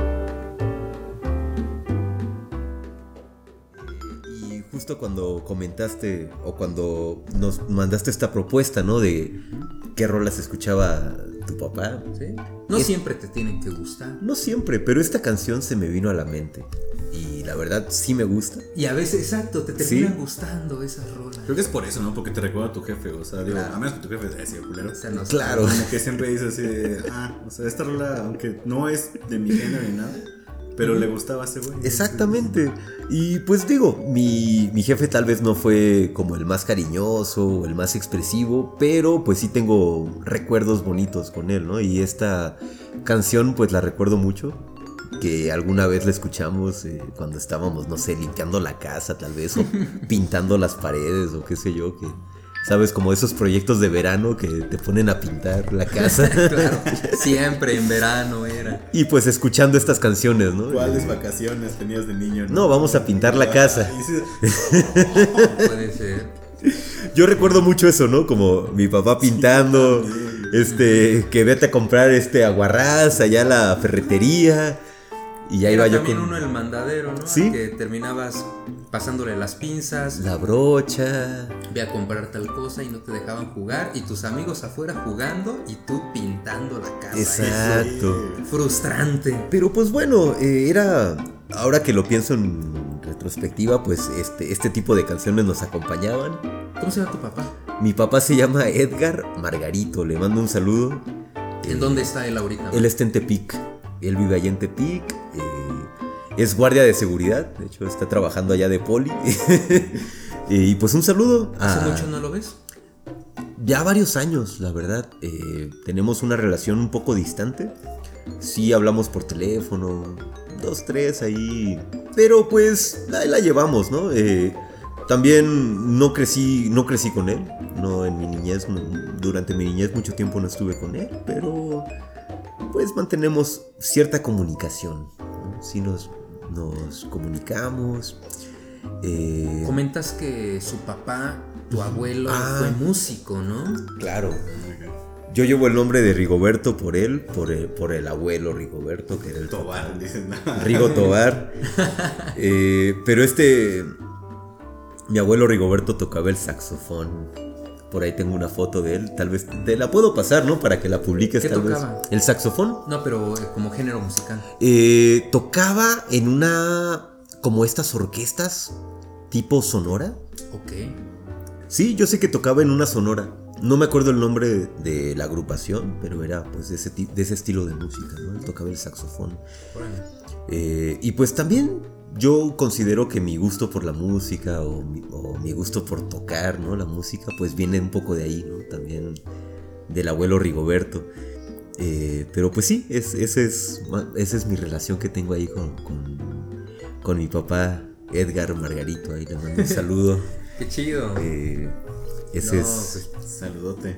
[SPEAKER 4] Justo cuando comentaste o cuando nos mandaste esta propuesta, ¿no? De qué rolas escuchaba tu papá.
[SPEAKER 3] ¿Sí? No
[SPEAKER 4] es,
[SPEAKER 3] siempre te tienen que gustar.
[SPEAKER 4] No siempre, pero esta canción se me vino a la mente. Y la verdad sí me gusta.
[SPEAKER 3] Y a veces, exacto, te terminan
[SPEAKER 4] ¿Sí?
[SPEAKER 3] gustando esas rolas.
[SPEAKER 1] Creo que es por eso, ¿no? Porque te recuerda a tu jefe. O sea, digo,
[SPEAKER 3] Claro.
[SPEAKER 1] a menos que tu jefe sea así, culero.
[SPEAKER 3] O sea, no-
[SPEAKER 4] Claro.
[SPEAKER 1] Como que siempre dices así, de, ah, o sea, esta rola, aunque no es de mi género ni nada, pero le gustaba a ese güey.
[SPEAKER 4] Exactamente. Y pues digo, mi, mi jefe tal vez no fue como el más cariñoso o el más expresivo, pero pues sí tengo recuerdos bonitos con él, ¿no? Y esta canción pues la recuerdo mucho, que alguna vez la escuchamos eh, cuando estábamos, no sé, limpiando la casa tal vez, o pintando las paredes o qué sé yo, que... ¿Sabes? Como esos proyectos de verano que te ponen a pintar la casa.
[SPEAKER 3] Claro, siempre en verano era.
[SPEAKER 4] Y pues escuchando estas canciones, ¿no?
[SPEAKER 1] ¿Cuáles vacaciones tenías de niño?
[SPEAKER 4] No, vamos a pintar la casa.
[SPEAKER 3] Puede ser.
[SPEAKER 4] Yo recuerdo mucho eso, ¿no? Como mi papá pintando, este, que vete a comprar este aguarrás allá a la ferretería. Y ya
[SPEAKER 3] Era
[SPEAKER 4] iba yo
[SPEAKER 3] también
[SPEAKER 4] con...
[SPEAKER 3] uno el mandadero, ¿no?
[SPEAKER 4] ¿Sí?
[SPEAKER 3] Que terminabas pasándole las pinzas,
[SPEAKER 4] la brocha,
[SPEAKER 3] ve a comprar tal cosa y no te dejaban jugar, y tus amigos afuera jugando y tú pintando la casa.
[SPEAKER 4] Exacto.
[SPEAKER 3] Eso, frustrante.
[SPEAKER 4] Pero pues bueno, eh, era... Ahora que lo pienso en retrospectiva, pues este, este tipo de canciones nos acompañaban.
[SPEAKER 3] ¿Cómo se llama tu papá?
[SPEAKER 4] Mi papá se llama Edgar Margarito, le mando un saludo.
[SPEAKER 3] ¿En
[SPEAKER 4] eh,
[SPEAKER 3] dónde está él ahorita?
[SPEAKER 4] Él está en Tepic, él vive allá en Tepic, eh, es guardia de seguridad, de hecho está trabajando allá de poli. Eh, y pues un saludo.
[SPEAKER 3] ¿Hace
[SPEAKER 4] a...
[SPEAKER 3] mucho no lo ves?
[SPEAKER 4] Ya varios años, la verdad. Eh, tenemos una relación un poco distante. Sí hablamos por teléfono, dos, tres ahí. Pero pues ahí la llevamos, ¿no? Eh, también no crecí, no crecí con él. No, en mi niñez, no, durante mi niñez mucho tiempo no estuve con él. Pero pues mantenemos cierta comunicación, ¿no? Sí nos, nos comunicamos. Eh...
[SPEAKER 3] Comentas que su papá, tu abuelo,
[SPEAKER 4] ah,
[SPEAKER 3] fue músico, ¿no?
[SPEAKER 4] Claro. Yo llevo el nombre de Rigoberto por él, por el, por el abuelo Rigoberto, que era el
[SPEAKER 1] Tobar, dicen.
[SPEAKER 4] Rigo Tobar. eh, pero este, mi abuelo Rigoberto tocaba el saxofón. Por ahí tengo una foto de él, tal vez te la puedo pasar, ¿no? Para que la publiques.
[SPEAKER 3] ¿Qué
[SPEAKER 4] tal
[SPEAKER 3] tocaba?
[SPEAKER 4] vez. ¿El saxofón?
[SPEAKER 3] No, pero eh, como género musical.
[SPEAKER 4] Eh, tocaba en una, como estas orquestas tipo sonora.
[SPEAKER 3] Ok.
[SPEAKER 4] Sí, yo sé que tocaba en una sonora. No me acuerdo el nombre de, de la agrupación, pero era pues de ese, de ese estilo de música, ¿no? Él tocaba el saxofón. Bueno. Eh, y pues también yo considero que mi gusto por la música o mi, o mi gusto por tocar, ¿no? La música pues viene un poco de ahí, ¿no? También del abuelo Rigoberto. Eh, pero pues sí, es, ese es, esa es mi relación que tengo ahí con, con, con mi papá Edgar Margarito. Ahí le mando un saludo.
[SPEAKER 3] Qué chido.
[SPEAKER 4] Eh, ese
[SPEAKER 3] no,
[SPEAKER 4] es.
[SPEAKER 3] Pues,
[SPEAKER 1] saludote.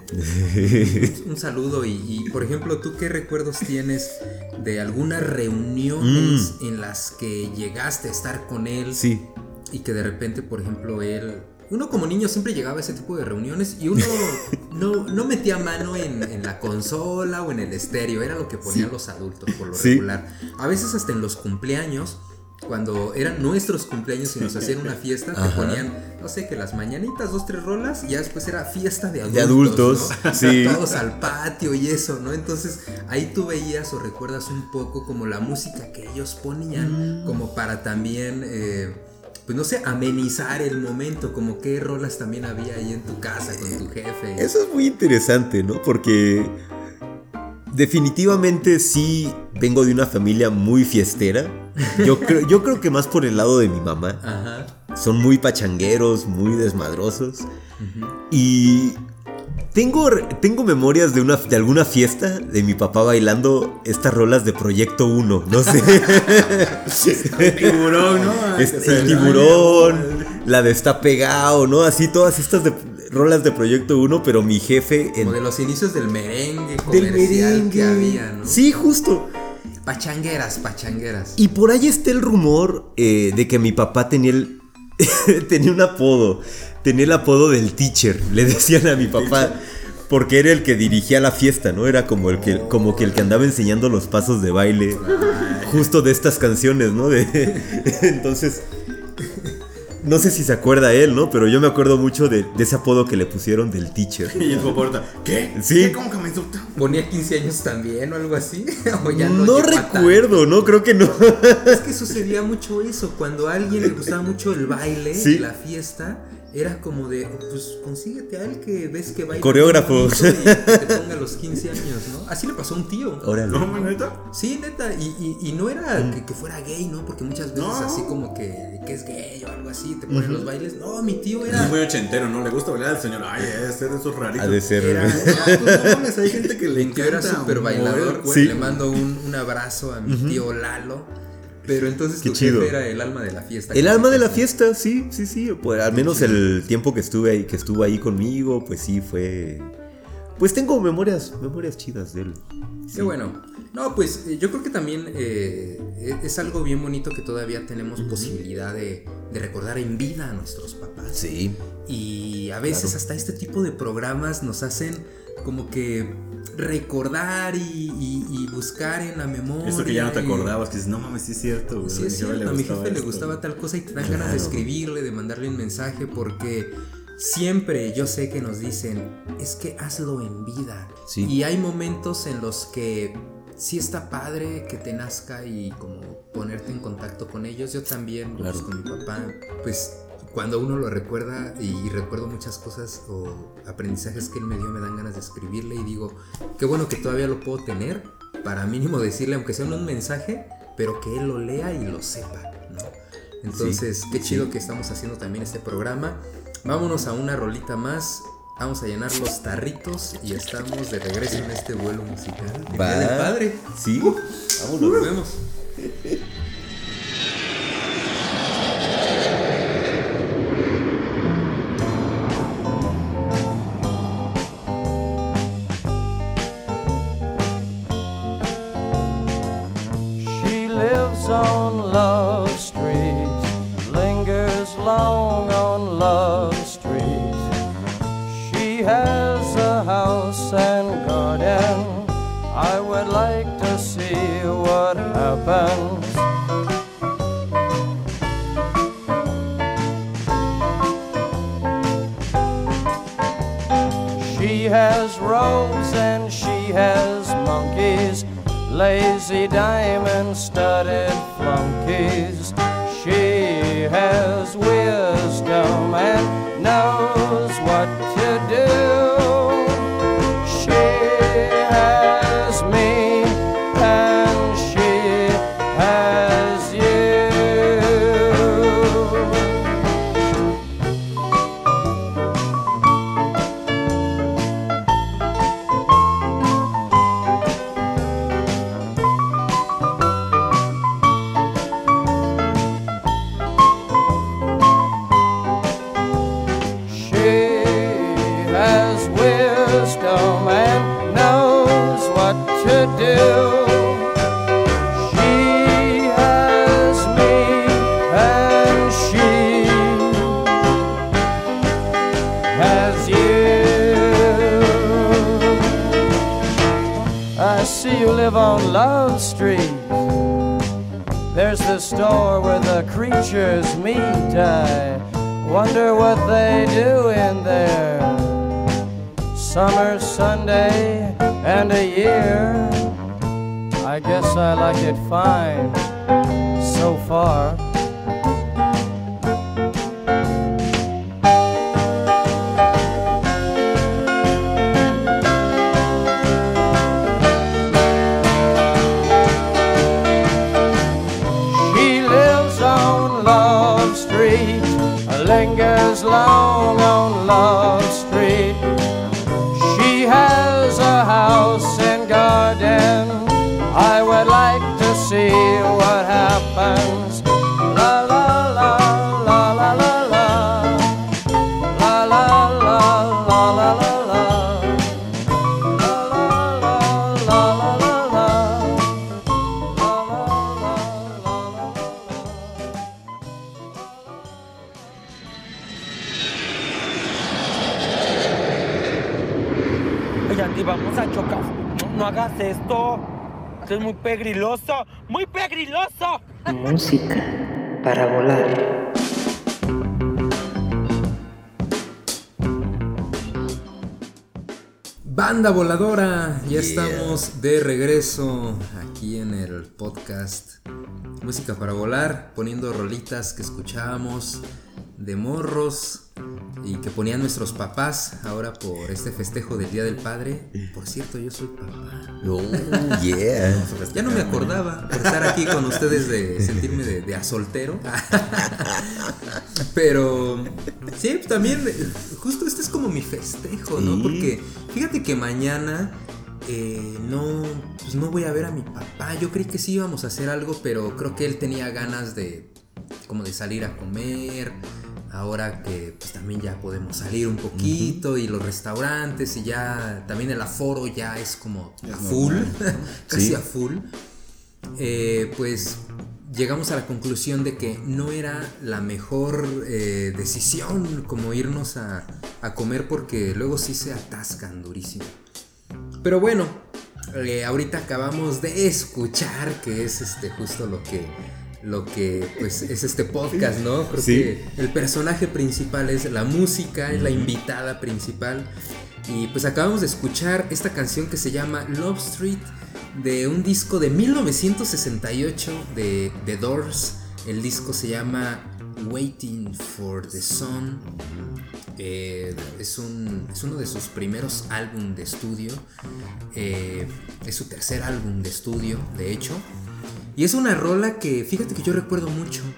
[SPEAKER 3] un, un saludo. Y, y por ejemplo, ¿tú qué recuerdos tienes de algunas reuniones mm. en las que llegaste a estar con él?
[SPEAKER 4] Sí.
[SPEAKER 3] Y que de repente, por ejemplo, él. Uno como niño siempre llegaba a ese tipo de reuniones y uno no, no metía mano en, en la consola o en el estéreo. Era lo que ponían sí. los adultos por lo sí. regular. A veces hasta en los cumpleaños. Cuando eran nuestros cumpleaños y nos hacían una fiesta, te Ajá. ponían, no sé, que las mañanitas, dos, tres rolas, y ya después era fiesta de adultos.
[SPEAKER 4] De adultos,
[SPEAKER 3] ¿no?
[SPEAKER 4] sí.
[SPEAKER 3] Todos al patio y eso, ¿no? Entonces ahí tú veías o recuerdas un poco como la música que ellos ponían, mm. como para también, eh, pues no sé, amenizar el momento, como qué rolas también había ahí en tu casa con tu jefe.
[SPEAKER 4] Eso es muy interesante, ¿no? Porque definitivamente sí vengo de una familia muy fiestera. Yo creo, yo creo que más por el lado de mi mamá.
[SPEAKER 3] Ajá.
[SPEAKER 4] Son muy pachangueros, muy desmadrosos. Uh-huh. Y tengo, tengo memorias de, una, de alguna fiesta de mi papá bailando estas rolas de Proyecto uno. No sé.
[SPEAKER 1] El tiburón, ¿no?
[SPEAKER 4] Es, el tiburón, la de Está Pegado, ¿no? Así todas estas de, rolas de Proyecto uno, pero mi jefe...
[SPEAKER 3] En, como de los inicios del merengue comercial del merengue. Que había, ¿no?
[SPEAKER 4] Sí, justo.
[SPEAKER 3] Pachangueras, pachangueras.
[SPEAKER 4] Y por ahí está el rumor eh, de que mi papá tenía el tenía un apodo. Tenía el apodo del teacher. Le decían a mi papá porque era el que dirigía la fiesta, ¿no? Era como el que, como que el que andaba enseñando los pasos de baile. Justo de estas canciones, ¿no? De, entonces, no sé si se acuerda él, ¿no? Pero yo me acuerdo mucho de, de ese apodo que le pusieron del teacher.
[SPEAKER 1] Y el papá, ¿qué?
[SPEAKER 4] Sí.
[SPEAKER 1] ¿Qué? ¿Cómo que me insultó?
[SPEAKER 3] ¿Ponía quince años también o algo así? ¿O ya no
[SPEAKER 4] no recuerdo, ¿no? Creo que no.
[SPEAKER 3] Es que sucedía mucho eso. Cuando a alguien le gustaba mucho el baile, ¿sí? La fiesta, era como de, pues consíguete a él que ves que baila.
[SPEAKER 4] Coreógrafo.
[SPEAKER 3] Y que te ponga los quince años, ¿no? Así le pasó a un tío.
[SPEAKER 4] Órale.
[SPEAKER 1] ¿No, neta?
[SPEAKER 3] Sí, neta. Y, y, y no era mm. que, que fuera gay, ¿no? Porque muchas veces no. así como que, que es gay o algo así, te ponen uh-huh. los bailes. No, mi tío era...
[SPEAKER 1] Es muy ochentero, ¿no? Le gusta bailar al señor. Ay, es de esos raritos.
[SPEAKER 4] Ha de ser.
[SPEAKER 3] Era,
[SPEAKER 1] era, pues, no mames, hay gente que le encanta.
[SPEAKER 3] Era súper bailador.
[SPEAKER 4] Sí.
[SPEAKER 3] Le mando un, un abrazo a mi uh-huh. tío Lalo. Pero entonces
[SPEAKER 4] Qué
[SPEAKER 3] tu
[SPEAKER 4] chido.
[SPEAKER 3] jefe era el alma de la fiesta.
[SPEAKER 4] El alma de la fiesta, sí, sí, sí. Pues al menos el tiempo que estuve ahí, que estuvo ahí conmigo, pues sí fue. Pues tengo memorias, memorias chidas de él.
[SPEAKER 3] Sí. Qué bueno. No, pues yo creo que también eh, es algo bien bonito que todavía tenemos uh-huh. posibilidad de, de recordar en vida a nuestros papás.
[SPEAKER 4] Sí.
[SPEAKER 3] Y a veces claro. hasta este tipo de programas nos hacen como que recordar y, y, y buscar en la memoria.
[SPEAKER 1] Esto que ya no te acordabas, que dices, no mames, sí es cierto. Güey.
[SPEAKER 3] Sí es cierto, a mi jefe le gustaba tal cosa y te dan
[SPEAKER 4] claro.
[SPEAKER 3] ganas de escribirle, de mandarle un mensaje, porque siempre yo sé que nos dicen, es que hazlo en vida.
[SPEAKER 4] Sí.
[SPEAKER 3] Y hay momentos en los que sí está padre que te nazca y como ponerte en contacto con ellos. Yo también,
[SPEAKER 4] claro.
[SPEAKER 3] pues, con mi papá, pues cuando uno lo recuerda y, y recuerdo muchas cosas o aprendizajes que él me dio, me dan ganas de escribirle y digo, qué bueno que todavía lo puedo tener para mínimo decirle, aunque sea un mensaje, pero que él lo lea y lo sepa, ¿no? Entonces,
[SPEAKER 4] Sí,
[SPEAKER 3] qué chido
[SPEAKER 4] sí.
[SPEAKER 3] que estamos haciendo también este programa. Vámonos a una rolita más. Vamos a llenar los tarritos y estamos de regreso en este vuelo musical. El
[SPEAKER 4] Va.
[SPEAKER 3] Día del Padre.
[SPEAKER 4] Sí,
[SPEAKER 3] Uh,
[SPEAKER 4] vámonos.
[SPEAKER 3] Nos vemos.
[SPEAKER 16] She lives on Love Street, lingers long on Love Street. She has a house and garden. I would like to see what happens. She has rose and she has monkeys, lazy diamond-studded flunkies. She has wisdom and knows what to do. She has me and she has you. Wisdom and knows what to do. She has me and she has you. I see you live on Love Street. There's the store where the creatures meet. I wonder what they do in there. Summer, Sunday, and a year. I guess I like it fine so far. She lives on Love Street, lingers long on Love Street. She has a house and garden. I would like to see what happens. La la la la la la la. La la la la la la la. La la la la la la.
[SPEAKER 9] Oye, Andy, vamos a chocar. No, no hagas esto. Esto es muy pegriloso. ¡Muy pegriloso!
[SPEAKER 8] Música para volar.
[SPEAKER 3] Banda voladora, ya
[SPEAKER 4] Yeah.
[SPEAKER 3] estamos de regreso aquí en el podcast Música para volar, poniendo rolitas que escuchábamos de morros y que ponían nuestros papás ahora por este festejo del Día del Padre. Por cierto, yo soy papá.
[SPEAKER 4] Oh, yeah.
[SPEAKER 3] Ya no me acordaba por estar aquí con ustedes de sentirme de, de a soltero. Pero sí, también justo este es como mi festejo, ¿no?
[SPEAKER 4] Sí.
[SPEAKER 3] Porque fíjate que mañana eh, no, pues no voy a ver a mi papá. Yo creí que sí íbamos a hacer algo, pero creo que él tenía ganas de como de salir a comer. Ahora que pues también ya podemos salir un poquito, uh-huh. Y los restaurantes y ya también el aforo ya es como a
[SPEAKER 4] es
[SPEAKER 3] full, casi
[SPEAKER 4] sí.
[SPEAKER 3] a full. Eh, pues llegamos a la conclusión de que no era la mejor eh, decisión como irnos a, a comer porque luego sí se atascan durísimo. Pero bueno, eh, ahorita acabamos de escuchar que es este justo lo que... Lo que pues es este podcast, ¿no? Creo
[SPEAKER 4] sí.
[SPEAKER 3] que el personaje principal es la música, es la invitada principal. Y pues acabamos de escuchar esta canción que se llama Love Street, de un disco de mil novecientos sesenta y ocho de The Doors. El disco se llama Waiting for the Sun. Eh, es, un, es uno de sus primeros álbumes de estudio. Eh, es su tercer álbum de estudio, de hecho. Y es una rola que, fíjate que yo recuerdo mucho.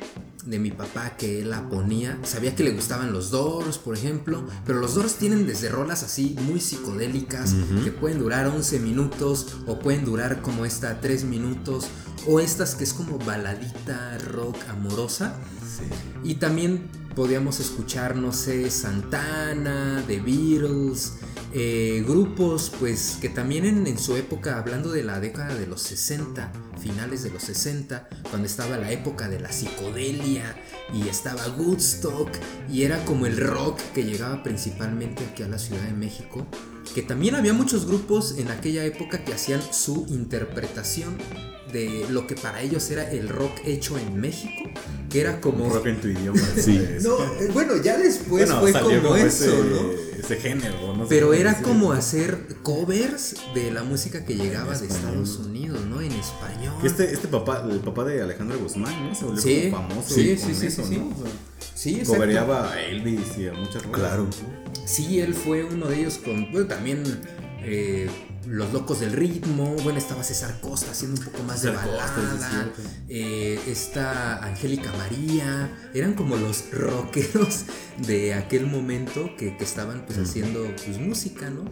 [SPEAKER 3] de mi papá que él la ponía. Sabía que le gustaban los Doors, por ejemplo, pero los Doors tienen desde rolas así muy psicodélicas, uh-huh. que pueden durar once minutos o pueden durar como esta tres minutos, o estas que es como baladita rock amorosa. Sí. Y también podíamos escuchar, no sé, Santana, The Beatles, eh, grupos pues que también en, en su época, hablando de la década de los sesenta, finales de los sesenta, cuando estaba la época de la psicodelia y estaba Woodstock y era como el rock que llegaba principalmente aquí a la Ciudad de México, que también había muchos grupos en aquella época que hacían su interpretación de lo que para ellos era el rock hecho en México, que era como
[SPEAKER 1] rock en tu idioma.
[SPEAKER 3] Sí. No, bueno, ya después bueno, fue como, como eso,
[SPEAKER 1] ese,
[SPEAKER 3] ¿no?
[SPEAKER 1] Ese género, no sé.
[SPEAKER 3] Pero era decir. Como hacer covers de la música que llegaba de Estados Unidos, ¿no? En español.
[SPEAKER 1] Este, este papá, el papá de Alejandro Guzmán, ¿no? Se volvió
[SPEAKER 3] sí,
[SPEAKER 1] como famoso.
[SPEAKER 3] Sí, sí, sí,
[SPEAKER 1] eso,
[SPEAKER 3] sí,
[SPEAKER 1] ¿no? O sea,
[SPEAKER 3] sí,
[SPEAKER 1] covereaba a Elvis y a muchas rolas.
[SPEAKER 4] Claro.
[SPEAKER 3] Sí, él fue uno de ellos con, bueno, también eh, Los Locos del Ritmo. Bueno, estaba César Costa haciendo un poco más César de balada. Costa, eh, esta Angélica María. Eran como los rockeros de aquel momento que, que estaban pues haciendo pues música, ¿no?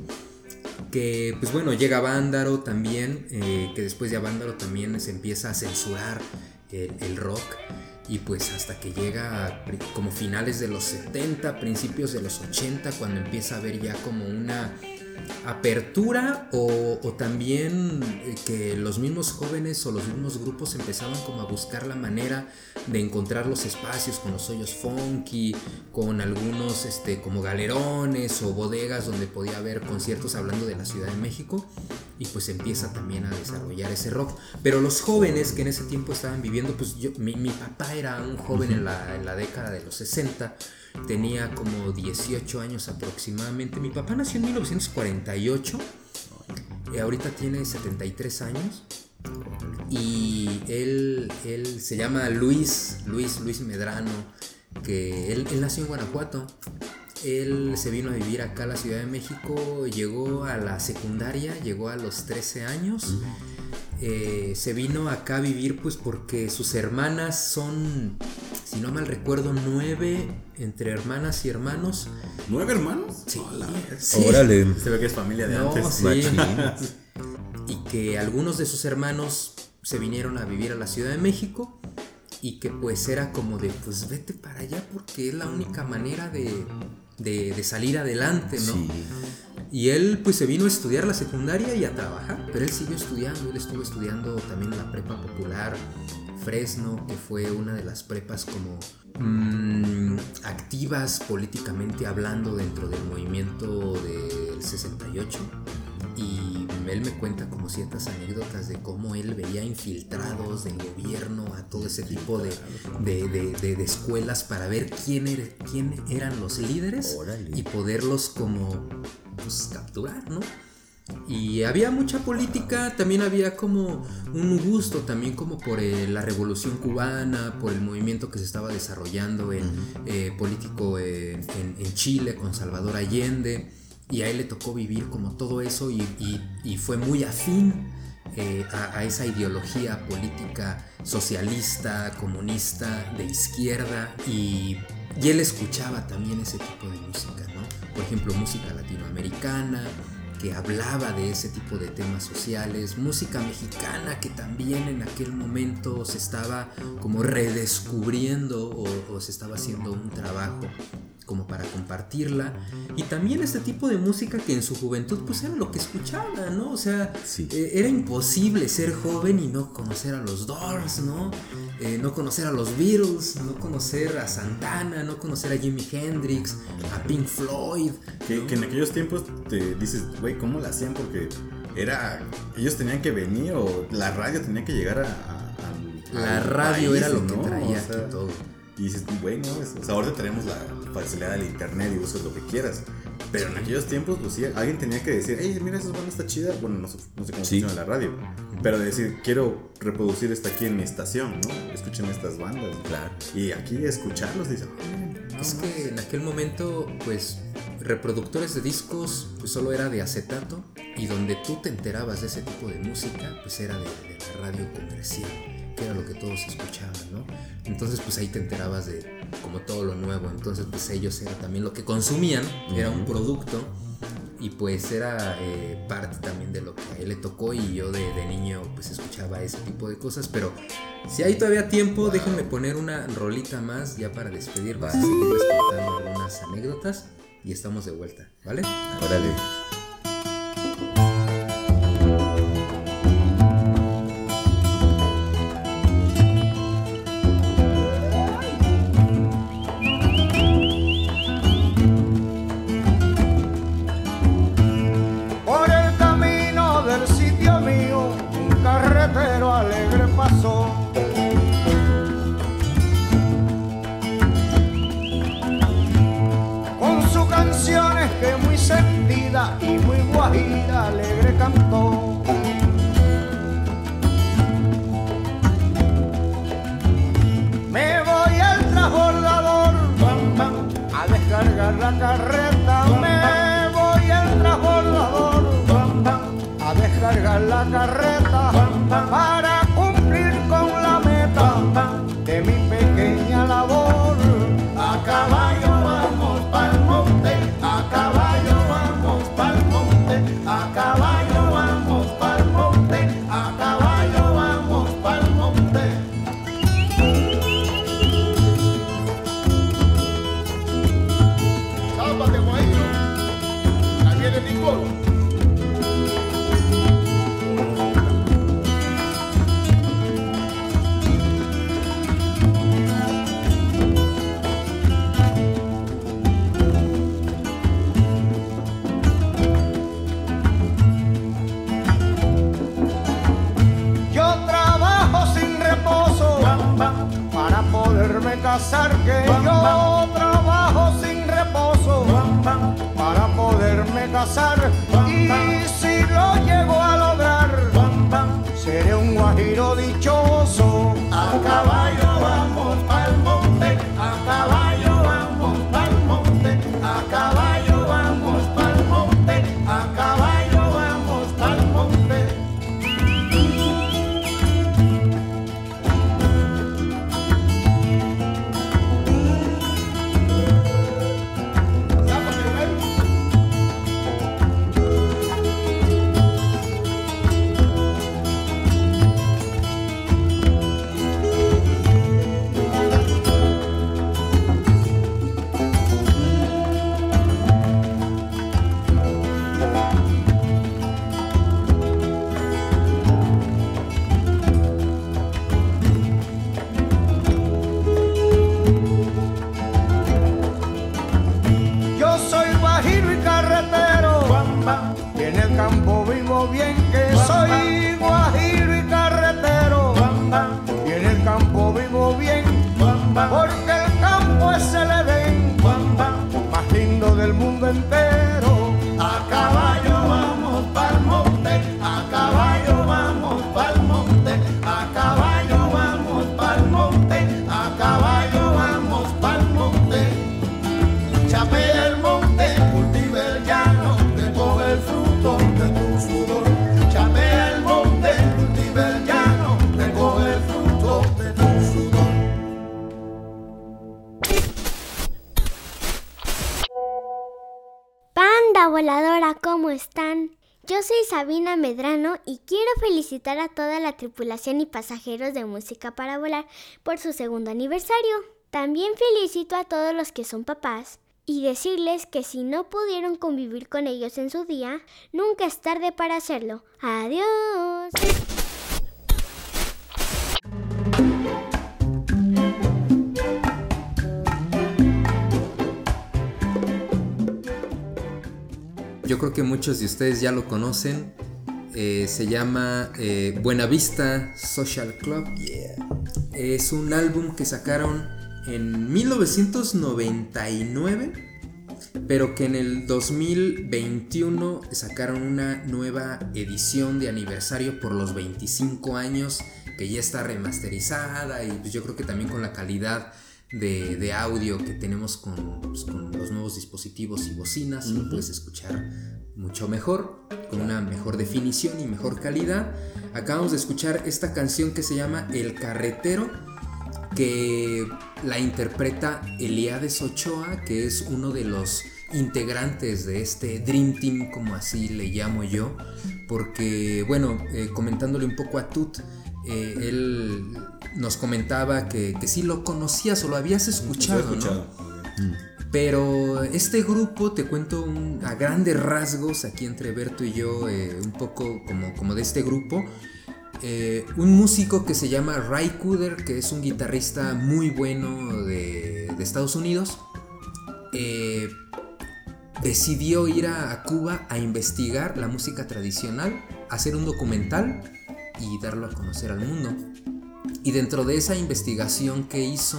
[SPEAKER 3] Que pues bueno, llega Vándaro también, eh, que después de Vándaro también se empieza a censurar el, el rock. Y pues hasta que llega a, como finales de los setenta, principios de los ochenta, cuando empieza a haber ya como una apertura o, o también que los mismos jóvenes o los mismos grupos empezaban como a buscar la manera de encontrar los espacios con los hoyos funky, con algunos este, como galerones o bodegas donde podía haber conciertos hablando de la Ciudad de México, y pues empieza también a desarrollar ese rock. Pero los jóvenes que en ese tiempo estaban viviendo, pues yo, mi, mi papá era un joven en la, en la década de los sesenta, tenía como dieciocho años aproximadamente. Mi papá nació en mil novecientos cuarenta y ocho, eh, ahorita tiene setenta y tres años, y él, él se llama Luis, Luis, Luis Medrano, que él, él nació en Guanajuato. Él se vino a vivir acá a la Ciudad de México, llegó a la secundaria, llegó a los trece años. Eh, se vino acá a vivir pues porque sus hermanas son, si no mal recuerdo, nueve entre hermanas y hermanos.
[SPEAKER 1] ¿Nueve hermanos?
[SPEAKER 3] Sí.
[SPEAKER 4] sí. Órale.
[SPEAKER 1] Se ve que es familia de
[SPEAKER 3] no,
[SPEAKER 1] antes.
[SPEAKER 3] Sí. Y que algunos de sus hermanos se vinieron a vivir a la Ciudad de México, y que pues era como de pues vete para allá porque es la única manera de, de, de salir adelante, ¿no? Sí. Y él pues se vino a estudiar la secundaria y a trabajar, pero él siguió estudiando. Él estuvo estudiando también en la prepa popular Fresno, que fue una de las prepas como mmm, activas políticamente hablando dentro del movimiento del sesenta y ocho. Y él me cuenta como ciertas anécdotas de cómo él veía infiltrados del gobierno a todo ese tipo de, de, de, de, de escuelas para ver quién, era, quién eran los líderes. Órale. Y poderlos como pues, capturar, ¿no? Y había mucha política, también había como un gusto también como por eh, la revolución cubana, por el movimiento que se estaba desarrollando en eh, político eh, en, en Chile con Salvador Allende. Y a él le tocó vivir como todo eso y, y, y fue muy afín eh, a, a esa ideología política socialista, comunista, de izquierda, y, y él escuchaba también ese tipo de música, ¿no? Por ejemplo, música latinoamericana que hablaba de ese tipo de temas sociales, música mexicana que también en aquel momento se estaba como redescubriendo o, o se estaba haciendo un trabajo como para compartirla, y también este tipo de música que en su juventud pues era lo que escuchaba, ¿no? O sea, sí. eh, era imposible ser joven y no conocer a los Doors, ¿no? Eh, no conocer a los Beatles, no conocer a Santana, no conocer a Jimi Hendrix, a Pink Floyd,
[SPEAKER 1] que,
[SPEAKER 3] ¿no?
[SPEAKER 1] que en aquellos tiempos te dices, güey, ¿cómo la hacían? Porque era, ellos tenían que venir o la radio tenía que llegar a, a, a
[SPEAKER 3] la radio país, era lo
[SPEAKER 1] ¿no?
[SPEAKER 3] que traía, o sea, aquí todo.
[SPEAKER 1] Y dices, bueno, o sea, ahora tenemos la facilidad del internet y usas lo que quieras. Pero en aquellos tiempos, pues sí, alguien tenía que decir, hey, mira, esa banda está chida. Bueno, no sé, no sé cómo sí. funciona la radio. Pero decir, quiero reproducir esto aquí en mi estación, ¿no? Escuchen estas bandas.
[SPEAKER 4] Claro.
[SPEAKER 1] Y aquí escucharlos, dicen, oh, no,
[SPEAKER 3] es que en aquel momento, pues, reproductores de discos, pues solo era de acetato. Y donde tú te enterabas de ese tipo de música, pues era de, de la radio comercial. qué era lo que todos escuchaban, ¿no? Entonces pues ahí te enterabas de como todo lo nuevo. Entonces pues ellos era también lo que consumían, era un producto y pues era eh, parte también de lo que a él le tocó, y yo de, de niño pues escuchaba ese tipo de cosas. Pero si hay todavía tiempo, wow, déjenme poner una rolita más ya para despedirnos y seguirles contando algunas anécdotas, y estamos de vuelta, ¿vale?
[SPEAKER 4] Órale.
[SPEAKER 16] Alegre pasó, con sus canciones que muy sentida y muy guajira alegre cantó. Me voy al transbordador a descargar la carreta. Me voy al transbordador a descargar la carreta para cumplir con la meta de mi pequeña labor. A caballo vamos pa'l monte, a caballo vamos pa'l monte, a caballo vamos pa'l monte, a caballo vamos pa'l monte. Sábate, guayno, ahí viene Nicolo. Casar que yo trabajo sin reposo para poderme casar, y si lo llego a lograr seré un guajiro dichoso. A caballo vamos pa'l monte, a caballo vamos pa'l monte, a caballo vamos pa'l monte, a caballo vamos pa'l monte. Bien que soy guajiro y carretero, y en el campo vivo bien, porque el campo es el Edén más lindo del mundo entero. A caballo vamos pa'l monte, a caballo vamos pa'l monte, a caballo vamos pa'l monte, a caballo vamos pa'l monte. Chapea el monte, cultiva el llano, recoge el fruto de tu sudor. Chapea el monte, cultiva el llano, recoge el fruto de tu sudor.
[SPEAKER 17] Panda voladora, ¿cómo están? Yo soy Sabina Medrano y quiero felicitar a toda la tripulación y pasajeros de Música para Volar por su segundo aniversario. También felicito a todos los que son papás y decirles que si no pudieron convivir con ellos en su día, nunca es tarde para hacerlo. ¡Adiós!
[SPEAKER 3] Yo creo que muchos de ustedes ya lo conocen. Eh, se llama eh, Buenavista Social Club. Yeah. Es un álbum que sacaron en mil novecientos noventa y nueve, pero que en el dos mil veintiuno sacaron una nueva edición de aniversario por los veinticinco años, que ya está remasterizada y pues yo creo que también con la calidad de, de audio que tenemos con, pues, con los nuevos dispositivos y bocinas, uh-huh. lo puedes escuchar mucho mejor, con una mejor definición y mejor calidad. Acabamos de escuchar esta canción que se llama El Carretero, que la interpreta Eliades Ochoa, que es uno de los integrantes de este Dream Team, como así le llamo yo, porque, bueno, eh, comentándole un poco a Tut, eh, él nos comentaba que, que sí lo conocías o lo habías escuchado,
[SPEAKER 1] lo he escuchado,
[SPEAKER 3] ¿no? Mm. Pero este grupo, te cuento un, a grandes rasgos, aquí entre Berto y yo, eh, un poco como, como de este grupo. Eh, un músico que se llama Ray Cooder, que es un guitarrista muy bueno de, de Estados Unidos, eh, decidió ir a, a Cuba a investigar la música tradicional, hacer un documental y darlo a conocer al mundo. Y dentro de esa investigación que hizo,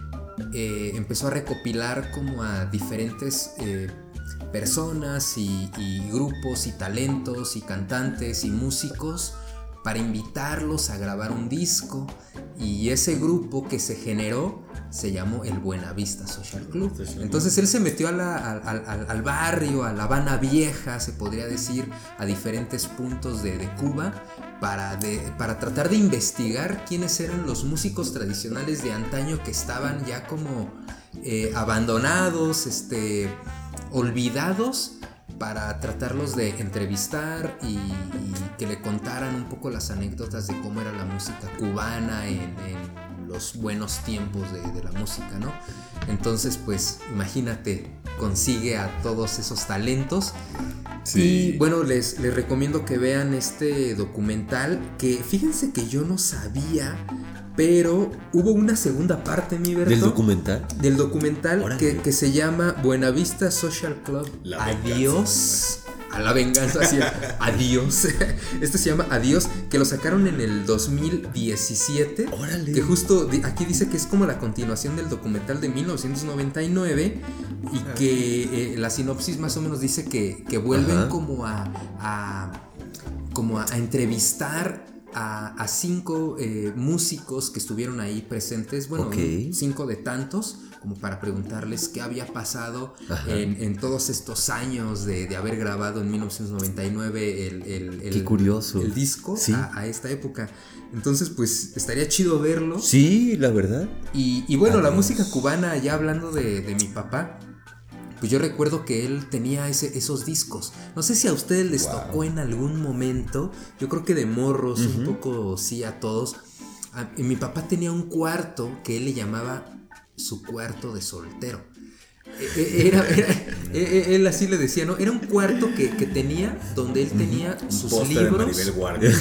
[SPEAKER 3] eh, empezó a recopilar como a diferentes eh, personas y, y grupos y talentos y cantantes y músicos para invitarlos a grabar un disco, y ese grupo que se generó se llamó el Buenavista Social Club. Entonces él se metió a la, al, al, al barrio, a La Habana Vieja, se podría decir, a diferentes puntos de, de Cuba, para, de, para tratar de investigar quiénes eran los músicos tradicionales de antaño que estaban ya como eh, abandonados, este, olvidados, para tratarlos de entrevistar y, y que le contaran un poco las anécdotas de cómo era la música cubana en, en los buenos tiempos de, de la música, ¿no? Entonces, pues, imagínate, consigue a todos esos talentos. Sí. Y bueno, les, les recomiendo que vean este documental, que fíjense que yo no sabía, pero hubo una segunda parte, mi Berto.
[SPEAKER 4] ¿Del documental? Del
[SPEAKER 3] documental que, que se llama Buenavista Social Club. La Adiós. A la venganza, así, adiós. Este se llama Adiós, que lo sacaron en el dos mil diecisiete. Órale. Que justo aquí dice que es como la continuación del documental de mil novecientos noventa y nueve. Y Ajá. que eh, la sinopsis más o menos dice que, que vuelven Ajá. como a, a como a, a entrevistar a, a cinco eh, músicos que estuvieron ahí presentes. Bueno, okay. cinco de tantos, como para preguntarles qué había pasado en, en todos estos años de, de haber grabado en mil novecientos noventa y nueve el, el, el,
[SPEAKER 4] qué curioso.
[SPEAKER 3] el disco, ¿sí? a, a esta época. Entonces, pues, estaría chido verlo.
[SPEAKER 4] Sí, la verdad.
[SPEAKER 3] Y, y bueno, Adiós. La música cubana, ya hablando de, de mi papá, pues yo recuerdo que él tenía ese, esos discos. No sé si a ustedes les wow. tocó en algún momento. Yo creo que de morros, uh-huh. un poco sí a todos. A, mi papá tenía un cuarto que él le llamaba su cuarto de soltero. Era, era, él así le decía, ¿no? Era un cuarto que, que tenía, donde él tenía un sus libros. De
[SPEAKER 1] Maribel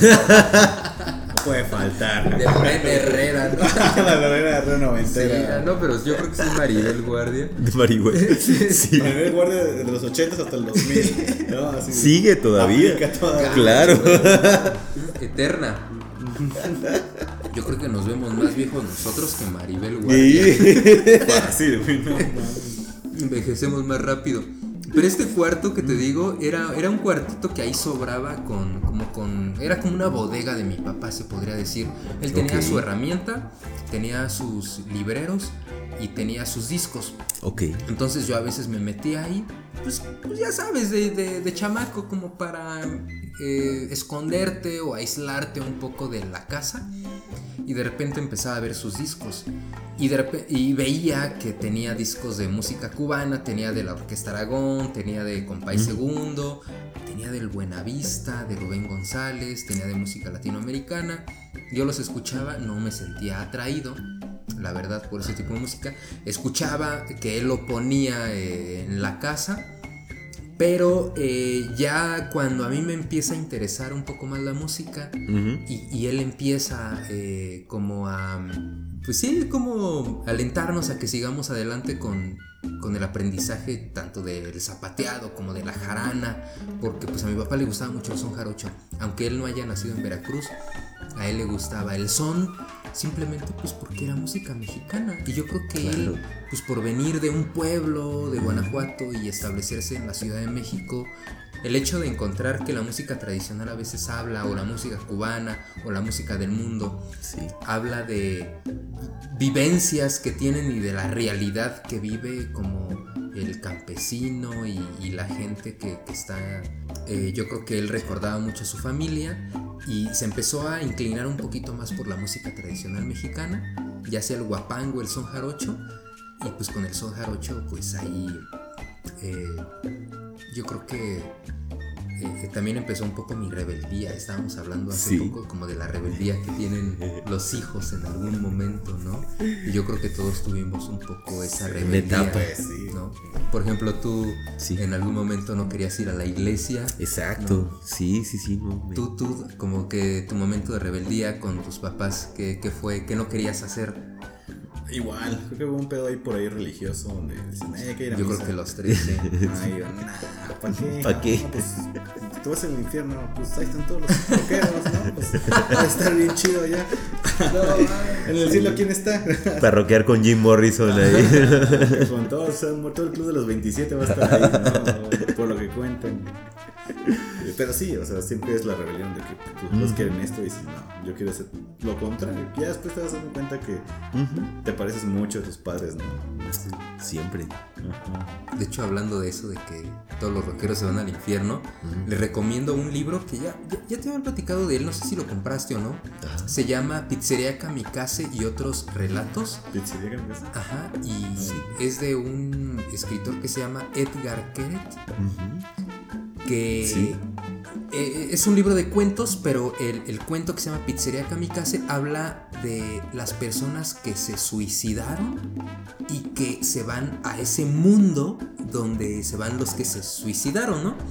[SPEAKER 1] Guardia. No puede faltar.
[SPEAKER 3] De Lorena Herrera, ¿no?
[SPEAKER 1] La Lorena Herrera noventera.
[SPEAKER 3] Sí, no, pero yo creo que sí es Maribel Guardia.
[SPEAKER 4] De Maribel.
[SPEAKER 1] Sí, sí. Maribel Guardia desde los ochentas hasta el dos mil. ¿No? Así
[SPEAKER 4] sigue todavía.
[SPEAKER 1] todavía.
[SPEAKER 4] Claro.
[SPEAKER 3] Eterna. Yo creo que nos vemos más viejos nosotros que Maribel Guardia.
[SPEAKER 1] Fácil, güey, no,
[SPEAKER 3] envejecemos más rápido. Pero este cuarto que te digo era, era un cuartito que ahí sobraba con, como con, era como una bodega de mi papá, se podría decir. Él tenía okay. su herramienta, tenía sus libreros y tenía sus discos.
[SPEAKER 4] Ok.
[SPEAKER 3] Entonces yo a veces me metía ahí, pues, pues ya sabes, de, de, de chamaco, como para eh, esconderte o aislarte un poco de la casa. Y de repente empezaba a ver sus discos. Y, de repente, y veía que tenía discos de música cubana, tenía de la Orquesta Aragón, tenía de Compay mm. Segundo, tenía del Buenavista, de Rubén González, tenía de música latinoamericana. Yo los escuchaba, no me sentía atraído, la verdad, por ese tipo de música. Escuchaba que él lo ponía eh, en la casa. Pero eh, ya cuando a mí me empieza a interesar un poco más la música uh-huh. y, y él empieza eh, como a, pues sí, como alentarnos a que sigamos adelante con, con el aprendizaje tanto del zapateado como de la jarana, porque pues a mi papá le gustaba mucho el son jarocho, aunque él no haya nacido en Veracruz. a él le gustaba el son, simplemente pues porque era música mexicana. Y yo creo que claro. él, pues por venir de un pueblo de Guanajuato y establecerse en la Ciudad de México, el hecho de encontrar que la música tradicional a veces habla, o la música cubana, o la música del mundo, sí. habla de vivencias que tienen y de la realidad que vive como el campesino y, y la gente que, que está... Eh, yo creo que él recordaba mucho a su familia y se empezó a inclinar un poquito más por la música tradicional mexicana, ya sea el guapango, el son jarocho, y pues con el son jarocho pues ahí... Eh, yo creo que eh, también empezó un poco mi rebeldía. Estábamos hablando hace sí. poco como de la rebeldía que tienen los hijos en algún momento, ¿no? Y yo creo que todos tuvimos un poco esa rebeldía,
[SPEAKER 4] etapa, sí.
[SPEAKER 3] ¿no? Por ejemplo, tú sí. en algún momento no querías ir a la iglesia.
[SPEAKER 4] Exacto,
[SPEAKER 3] ¿no?
[SPEAKER 4] sí, sí, sí. No, me...
[SPEAKER 3] Tú, tú, como que tu momento de rebeldía con tus papás, ¿qué, qué fue? ¿Qué no querías hacer?
[SPEAKER 1] Igual, creo que hubo un pedo ahí por ahí religioso donde dicen, eh, hay que ir a
[SPEAKER 3] Yo
[SPEAKER 1] misa.
[SPEAKER 3] creo que los tres, sí.
[SPEAKER 1] Ay, yo, nah, ¿para qué?
[SPEAKER 4] ¿Para qué?
[SPEAKER 1] No, pues, tú vas al infierno, pues ahí están todos los roqueros, ¿no? Pues va a estar bien chido allá. No, en el cielo, ¿quién está?
[SPEAKER 4] Para rockear con Jim Morrison ahí.
[SPEAKER 1] Con todos, o sea, todo el club de los veintisiete va a estar ahí, ¿no? Por lo que cuentan. Pero sí, o sea, siempre es la rebelión de que tus hijos mm. quieren esto y dices, no, yo quiero hacer lo contrario. Ya después te vas dando cuenta que uh-huh. te pareces mucho a tus padres, ¿no?
[SPEAKER 4] Sí, siempre.
[SPEAKER 3] Uh-huh. De hecho, hablando de eso, de que todos los rockeros se van al infierno, uh-huh. les recomiendo un libro que ya, ya, ya te habían platicado de él, no sé si lo compraste o no. Uh-huh. Se llama Pizzería Kamikaze y otros relatos.
[SPEAKER 1] Pizzería Kamikaze.
[SPEAKER 3] Ajá, y sí. es de un escritor que se llama Edgar Keret. Uh-huh. Que sí. eh, es un libro de cuentos, pero el, el cuento que se llama Pizzería Kamikaze habla de las personas que se suicidaron y que se van a ese mundo donde se van los que se suicidaron, ¿no?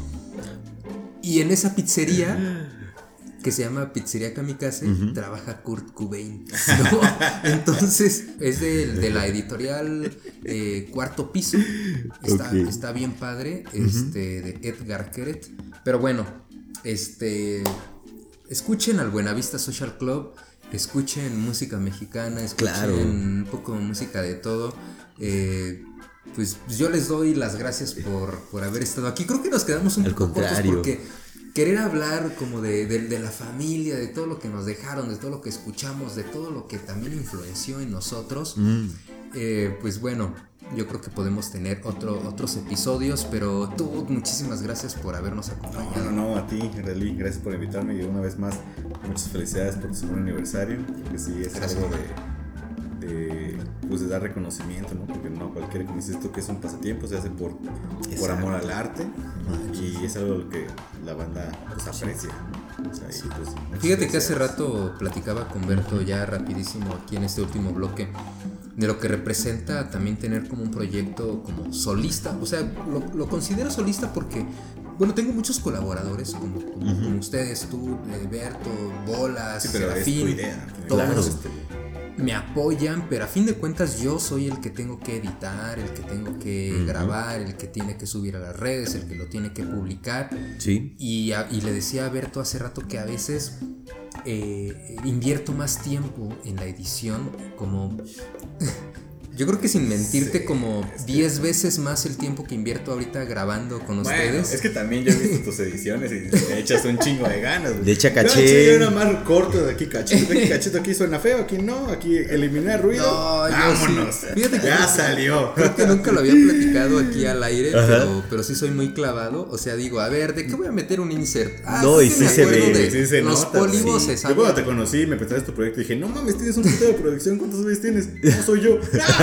[SPEAKER 3] Y en esa pizzería que se llama Pizzería Kamikaze uh-huh. trabaja Kurt Cobain, ¿no? Entonces es de, de la editorial eh, Cuarto Piso. Está, okay. está bien padre, este, uh-huh. de Edgar Keret. Pero bueno, este, escuchen al Buenavista Social Club, escuchen música mexicana, escuchen claro. un poco de música de todo. Eh, pues yo les doy las gracias por, por haber estado aquí. Creo que nos quedamos un
[SPEAKER 4] Al
[SPEAKER 3] poco
[SPEAKER 4] contrario.
[SPEAKER 3] cortos porque querer hablar como de, de, de la familia, de todo lo que nos dejaron, de todo lo que escuchamos, de todo lo que también influenció en nosotros, mm. eh, pues bueno, yo creo que podemos tener otro, otros episodios, pero tú, muchísimas gracias por habernos acompañado.
[SPEAKER 1] No, no, no, a ti, Relí, gracias por invitarme y una vez más, muchas felicidades por tu segundo aniversario, porque sí, es gracias. algo de, de, pues de dar reconocimiento, ¿no? Porque no cualquiera que dice esto que es un pasatiempo, se hace por, por amor al arte, ¿no? Y es algo que la banda pues aprecia, ¿no? O sea, y, pues,
[SPEAKER 3] fíjate que hace rato platicaba con Berto ya rapidísimo aquí en este último bloque de lo que representa también tener como un proyecto como solista. O sea, lo, lo considero solista porque, bueno, tengo muchos colaboradores como, como, uh-huh. como ustedes, tú, eh, Berto, Bolas,
[SPEAKER 1] sí, pero
[SPEAKER 3] Serafín,
[SPEAKER 1] es tu idea,
[SPEAKER 3] todos
[SPEAKER 1] claro.
[SPEAKER 3] me apoyan, pero a fin de cuentas yo soy el que tengo que editar, el que tengo que uh-huh. grabar, el que tiene que subir a las redes, el que lo tiene que publicar.
[SPEAKER 4] Sí.
[SPEAKER 3] Y, a, y le decía a Berto hace rato que a veces eh, invierto más tiempo en la edición, como yo creo que sin mentirte, sí, como diez veces más el tiempo que invierto ahorita grabando con
[SPEAKER 1] bueno,
[SPEAKER 3] ustedes.
[SPEAKER 1] Es que también yo he visto tus ediciones y le echas un chingo de ganas.
[SPEAKER 4] Le echa caché.
[SPEAKER 1] No, sí, yo nada más corto de aquí cachito, de aquí cachito, aquí suena feo, aquí no, aquí eliminar ruido.
[SPEAKER 3] No,
[SPEAKER 1] vámonos.
[SPEAKER 3] Sí. Fíjate que
[SPEAKER 1] ya
[SPEAKER 3] no,
[SPEAKER 1] salió.
[SPEAKER 3] Creo que nunca lo había platicado aquí al aire, pero, pero sí soy muy clavado. O sea, digo, a ver, ¿de qué voy a meter un insert? Ah,
[SPEAKER 4] no,
[SPEAKER 3] sí
[SPEAKER 4] y sí se ve,
[SPEAKER 3] de
[SPEAKER 1] sí se
[SPEAKER 3] los
[SPEAKER 1] nota.
[SPEAKER 3] polivos
[SPEAKER 1] Sí.
[SPEAKER 3] se saben.
[SPEAKER 1] Yo cuando te conocí, me presentaste tu proyecto y dije, no mames, tienes un puto de producción, ¿cuántos veces tienes? No soy yo.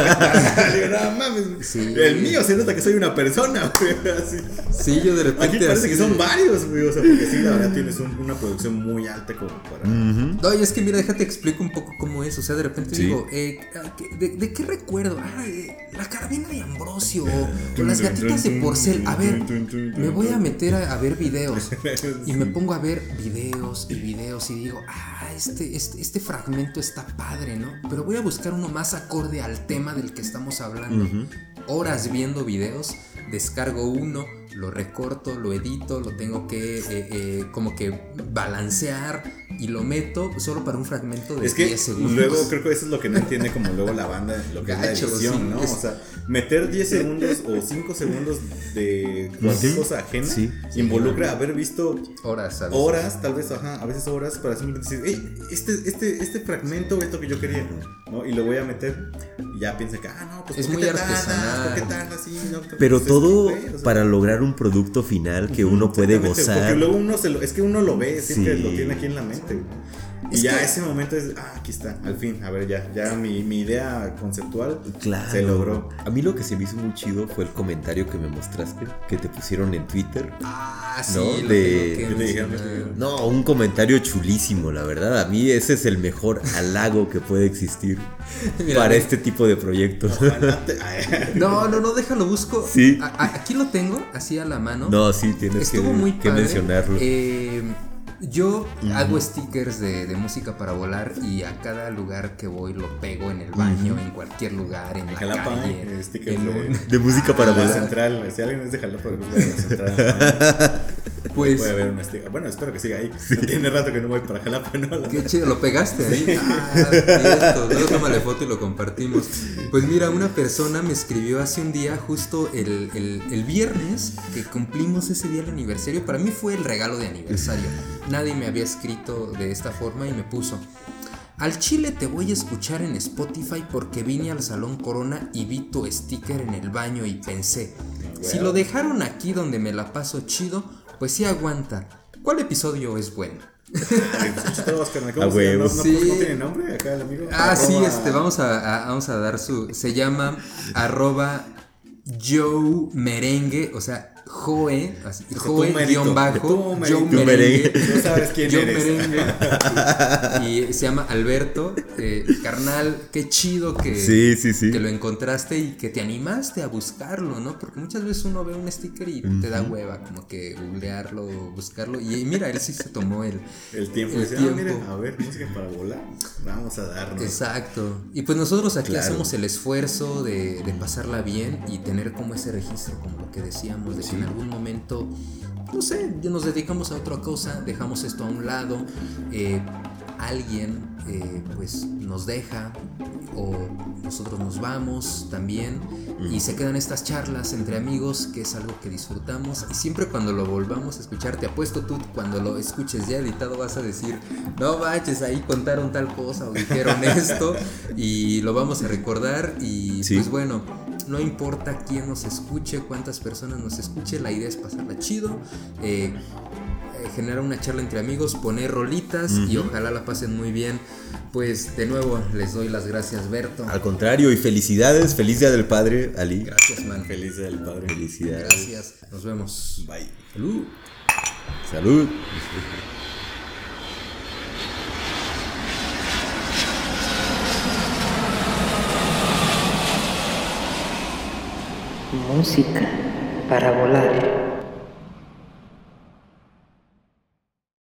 [SPEAKER 1] No mames, sí. El mío se nota que soy una persona, güey. Así.
[SPEAKER 3] Sí, yo de repente.
[SPEAKER 1] Aquí parece
[SPEAKER 3] así
[SPEAKER 1] que son varios, güey. O sea, porque sí, la verdad tienes un, una producción muy alta como para.
[SPEAKER 3] Uh-huh. No, y es que mira, déjate explico un poco cómo es. O sea, de repente
[SPEAKER 4] sí.
[SPEAKER 3] digo, eh, ¿de, ¿de qué recuerdo? Ah, eh, la carabina de Ambrosio. O las gatitas de porcel. A ver, me voy a meter a, a ver videos. Y me pongo a ver videos y videos y digo, ah, este, este, este fragmento está padre, ¿no? Pero voy a buscar uno más acorde al tema del que estamos hablando. Uh-huh. Horas viendo videos, descargo uno, lo recorto, lo edito, lo tengo que eh, eh, como que balancear, y lo meto solo para un fragmento de
[SPEAKER 1] es que
[SPEAKER 3] diez segundos.
[SPEAKER 1] Luego creo que eso es lo que no entiende como luego la banda, lo que Gacho, es la edición, sí, ¿no? Es... O sea, meter diez segundos o cinco segundos de cualquier uh-huh. cosa ajena sí, involucra sí, haber visto
[SPEAKER 3] horas, a
[SPEAKER 1] horas, tal vez, ajá, a veces horas para simplemente decir, hey, este, este, este fragmento es lo que yo quería, ¿no? Y lo voy a meter y ya piensa que, ah, no, pues
[SPEAKER 3] es
[SPEAKER 1] ¿por
[SPEAKER 3] muy
[SPEAKER 1] qué
[SPEAKER 3] artesanal.
[SPEAKER 1] ¿Por qué tardas? Sí, no,
[SPEAKER 4] pero
[SPEAKER 1] pues,
[SPEAKER 4] todo
[SPEAKER 1] es que, o sea,
[SPEAKER 4] para lograr un producto final que uno puede gozar.
[SPEAKER 1] Porque luego uno se lo, es que uno lo ve, siempre sí. lo tiene aquí en la mente. Y es ya que... ese momento es, ah, aquí está, al fin, a ver, ya, ya mi, mi idea conceptual
[SPEAKER 4] claro.
[SPEAKER 1] se logró.
[SPEAKER 4] A mí lo que se me hizo muy chido fue el comentario que me mostraste, que te pusieron en Twitter.
[SPEAKER 3] Ah, sí,
[SPEAKER 4] ¿no?
[SPEAKER 3] Lo
[SPEAKER 4] de...
[SPEAKER 3] que
[SPEAKER 1] dijeron,
[SPEAKER 4] no, un comentario chulísimo, la verdad. A mí ese es el mejor halago que puede existir Mira, para este tipo de proyectos.
[SPEAKER 3] Te... no, no, no, déjalo, busco.
[SPEAKER 4] Sí.
[SPEAKER 3] A, a, aquí lo tengo, así a la mano.
[SPEAKER 4] No, sí, tienes
[SPEAKER 3] Estuvo
[SPEAKER 4] que,
[SPEAKER 3] muy
[SPEAKER 4] que
[SPEAKER 3] padre.
[SPEAKER 4] mencionarlo.
[SPEAKER 3] Eh... Yo uh-huh. hago stickers de, de música para volar y a cada lugar que voy lo pego en el baño, uh-huh. en cualquier lugar, en la
[SPEAKER 1] Jalapa,
[SPEAKER 3] calle.
[SPEAKER 1] Eh, stickers
[SPEAKER 3] en,
[SPEAKER 1] de,
[SPEAKER 4] de música para
[SPEAKER 1] la
[SPEAKER 4] volar.
[SPEAKER 1] Central, si alguien es de Jalapa, de la Central.
[SPEAKER 3] Pues
[SPEAKER 1] puede haber un sticker. Bueno, espero que siga ahí. Sí. Tiene rato que no voy para Jalapa, ¿no? La
[SPEAKER 3] Qué chido, lo pegaste ahí. Sí. Ah, esto. Luego tómale foto y lo compartimos. Pues mira, una persona me escribió hace un día, justo el, el, el viernes, que cumplimos ese día el aniversario. Para mí fue el regalo de aniversario. Nadie me había escrito de esta forma y me puso: al chile te voy a escuchar en Spotify porque vine al Salón Corona y vi tu sticker en el baño y pensé, si lo dejaron aquí donde me la paso chido, pues sí aguanta. ¿Cuál episodio es bueno?
[SPEAKER 1] ¿A huevo? ¿No, no, sí. ¿No tiene nombre acá el amigo?
[SPEAKER 3] Ah, arroba... sí, este, vamos a, a, vamos a dar su... Se llama arroba Joe Merengue, o sea... Joe, así, Joe guión bajo, Joe Merengue,
[SPEAKER 1] no sabes quién
[SPEAKER 3] Joe
[SPEAKER 1] eres.
[SPEAKER 3] Merengue, y se llama Alberto, eh, carnal, qué chido que,
[SPEAKER 4] sí, sí, sí.
[SPEAKER 3] que lo encontraste y que te animaste a buscarlo, ¿no? Porque muchas veces uno ve un sticker y uh-huh. te da hueva, como que googlearlo, buscarlo, y mira, él sí se tomó el,
[SPEAKER 1] el tiempo,
[SPEAKER 3] el
[SPEAKER 1] dice,
[SPEAKER 3] tiempo.
[SPEAKER 1] Ah, mira, a ver, música para volar, vamos a darnos.
[SPEAKER 3] Exacto, y pues nosotros aquí
[SPEAKER 4] claro.
[SPEAKER 3] hacemos el esfuerzo de, de pasarla bien y tener como ese registro, como lo que decíamos, de que sí. en algún momento, no sé, nos dedicamos a otra cosa, dejamos esto a un lado, eh, alguien eh, pues nos deja o nosotros nos vamos también mm. y se quedan estas charlas entre amigos, que es algo que disfrutamos, y siempre cuando lo volvamos a escuchar, te apuesto tú, cuando lo escuches ya editado vas a decir, no manches, ahí contaron tal cosa o dijeron esto, y lo vamos a recordar y sí. pues bueno, no importa quién nos escuche, cuántas personas nos escuche, la idea es pasarla chido, eh, eh, generar una charla entre amigos, poner rolitas uh-huh. y ojalá la pasen muy bien. Pues de nuevo les doy las gracias, Berto.
[SPEAKER 4] Al contrario, y felicidades, feliz día del padre, Ali.
[SPEAKER 3] Gracias, man.
[SPEAKER 1] Feliz día del padre.
[SPEAKER 4] Felicidades.
[SPEAKER 3] Gracias, nos vemos.
[SPEAKER 1] Bye.
[SPEAKER 3] Salud.
[SPEAKER 4] Salud.
[SPEAKER 8] Música para volar.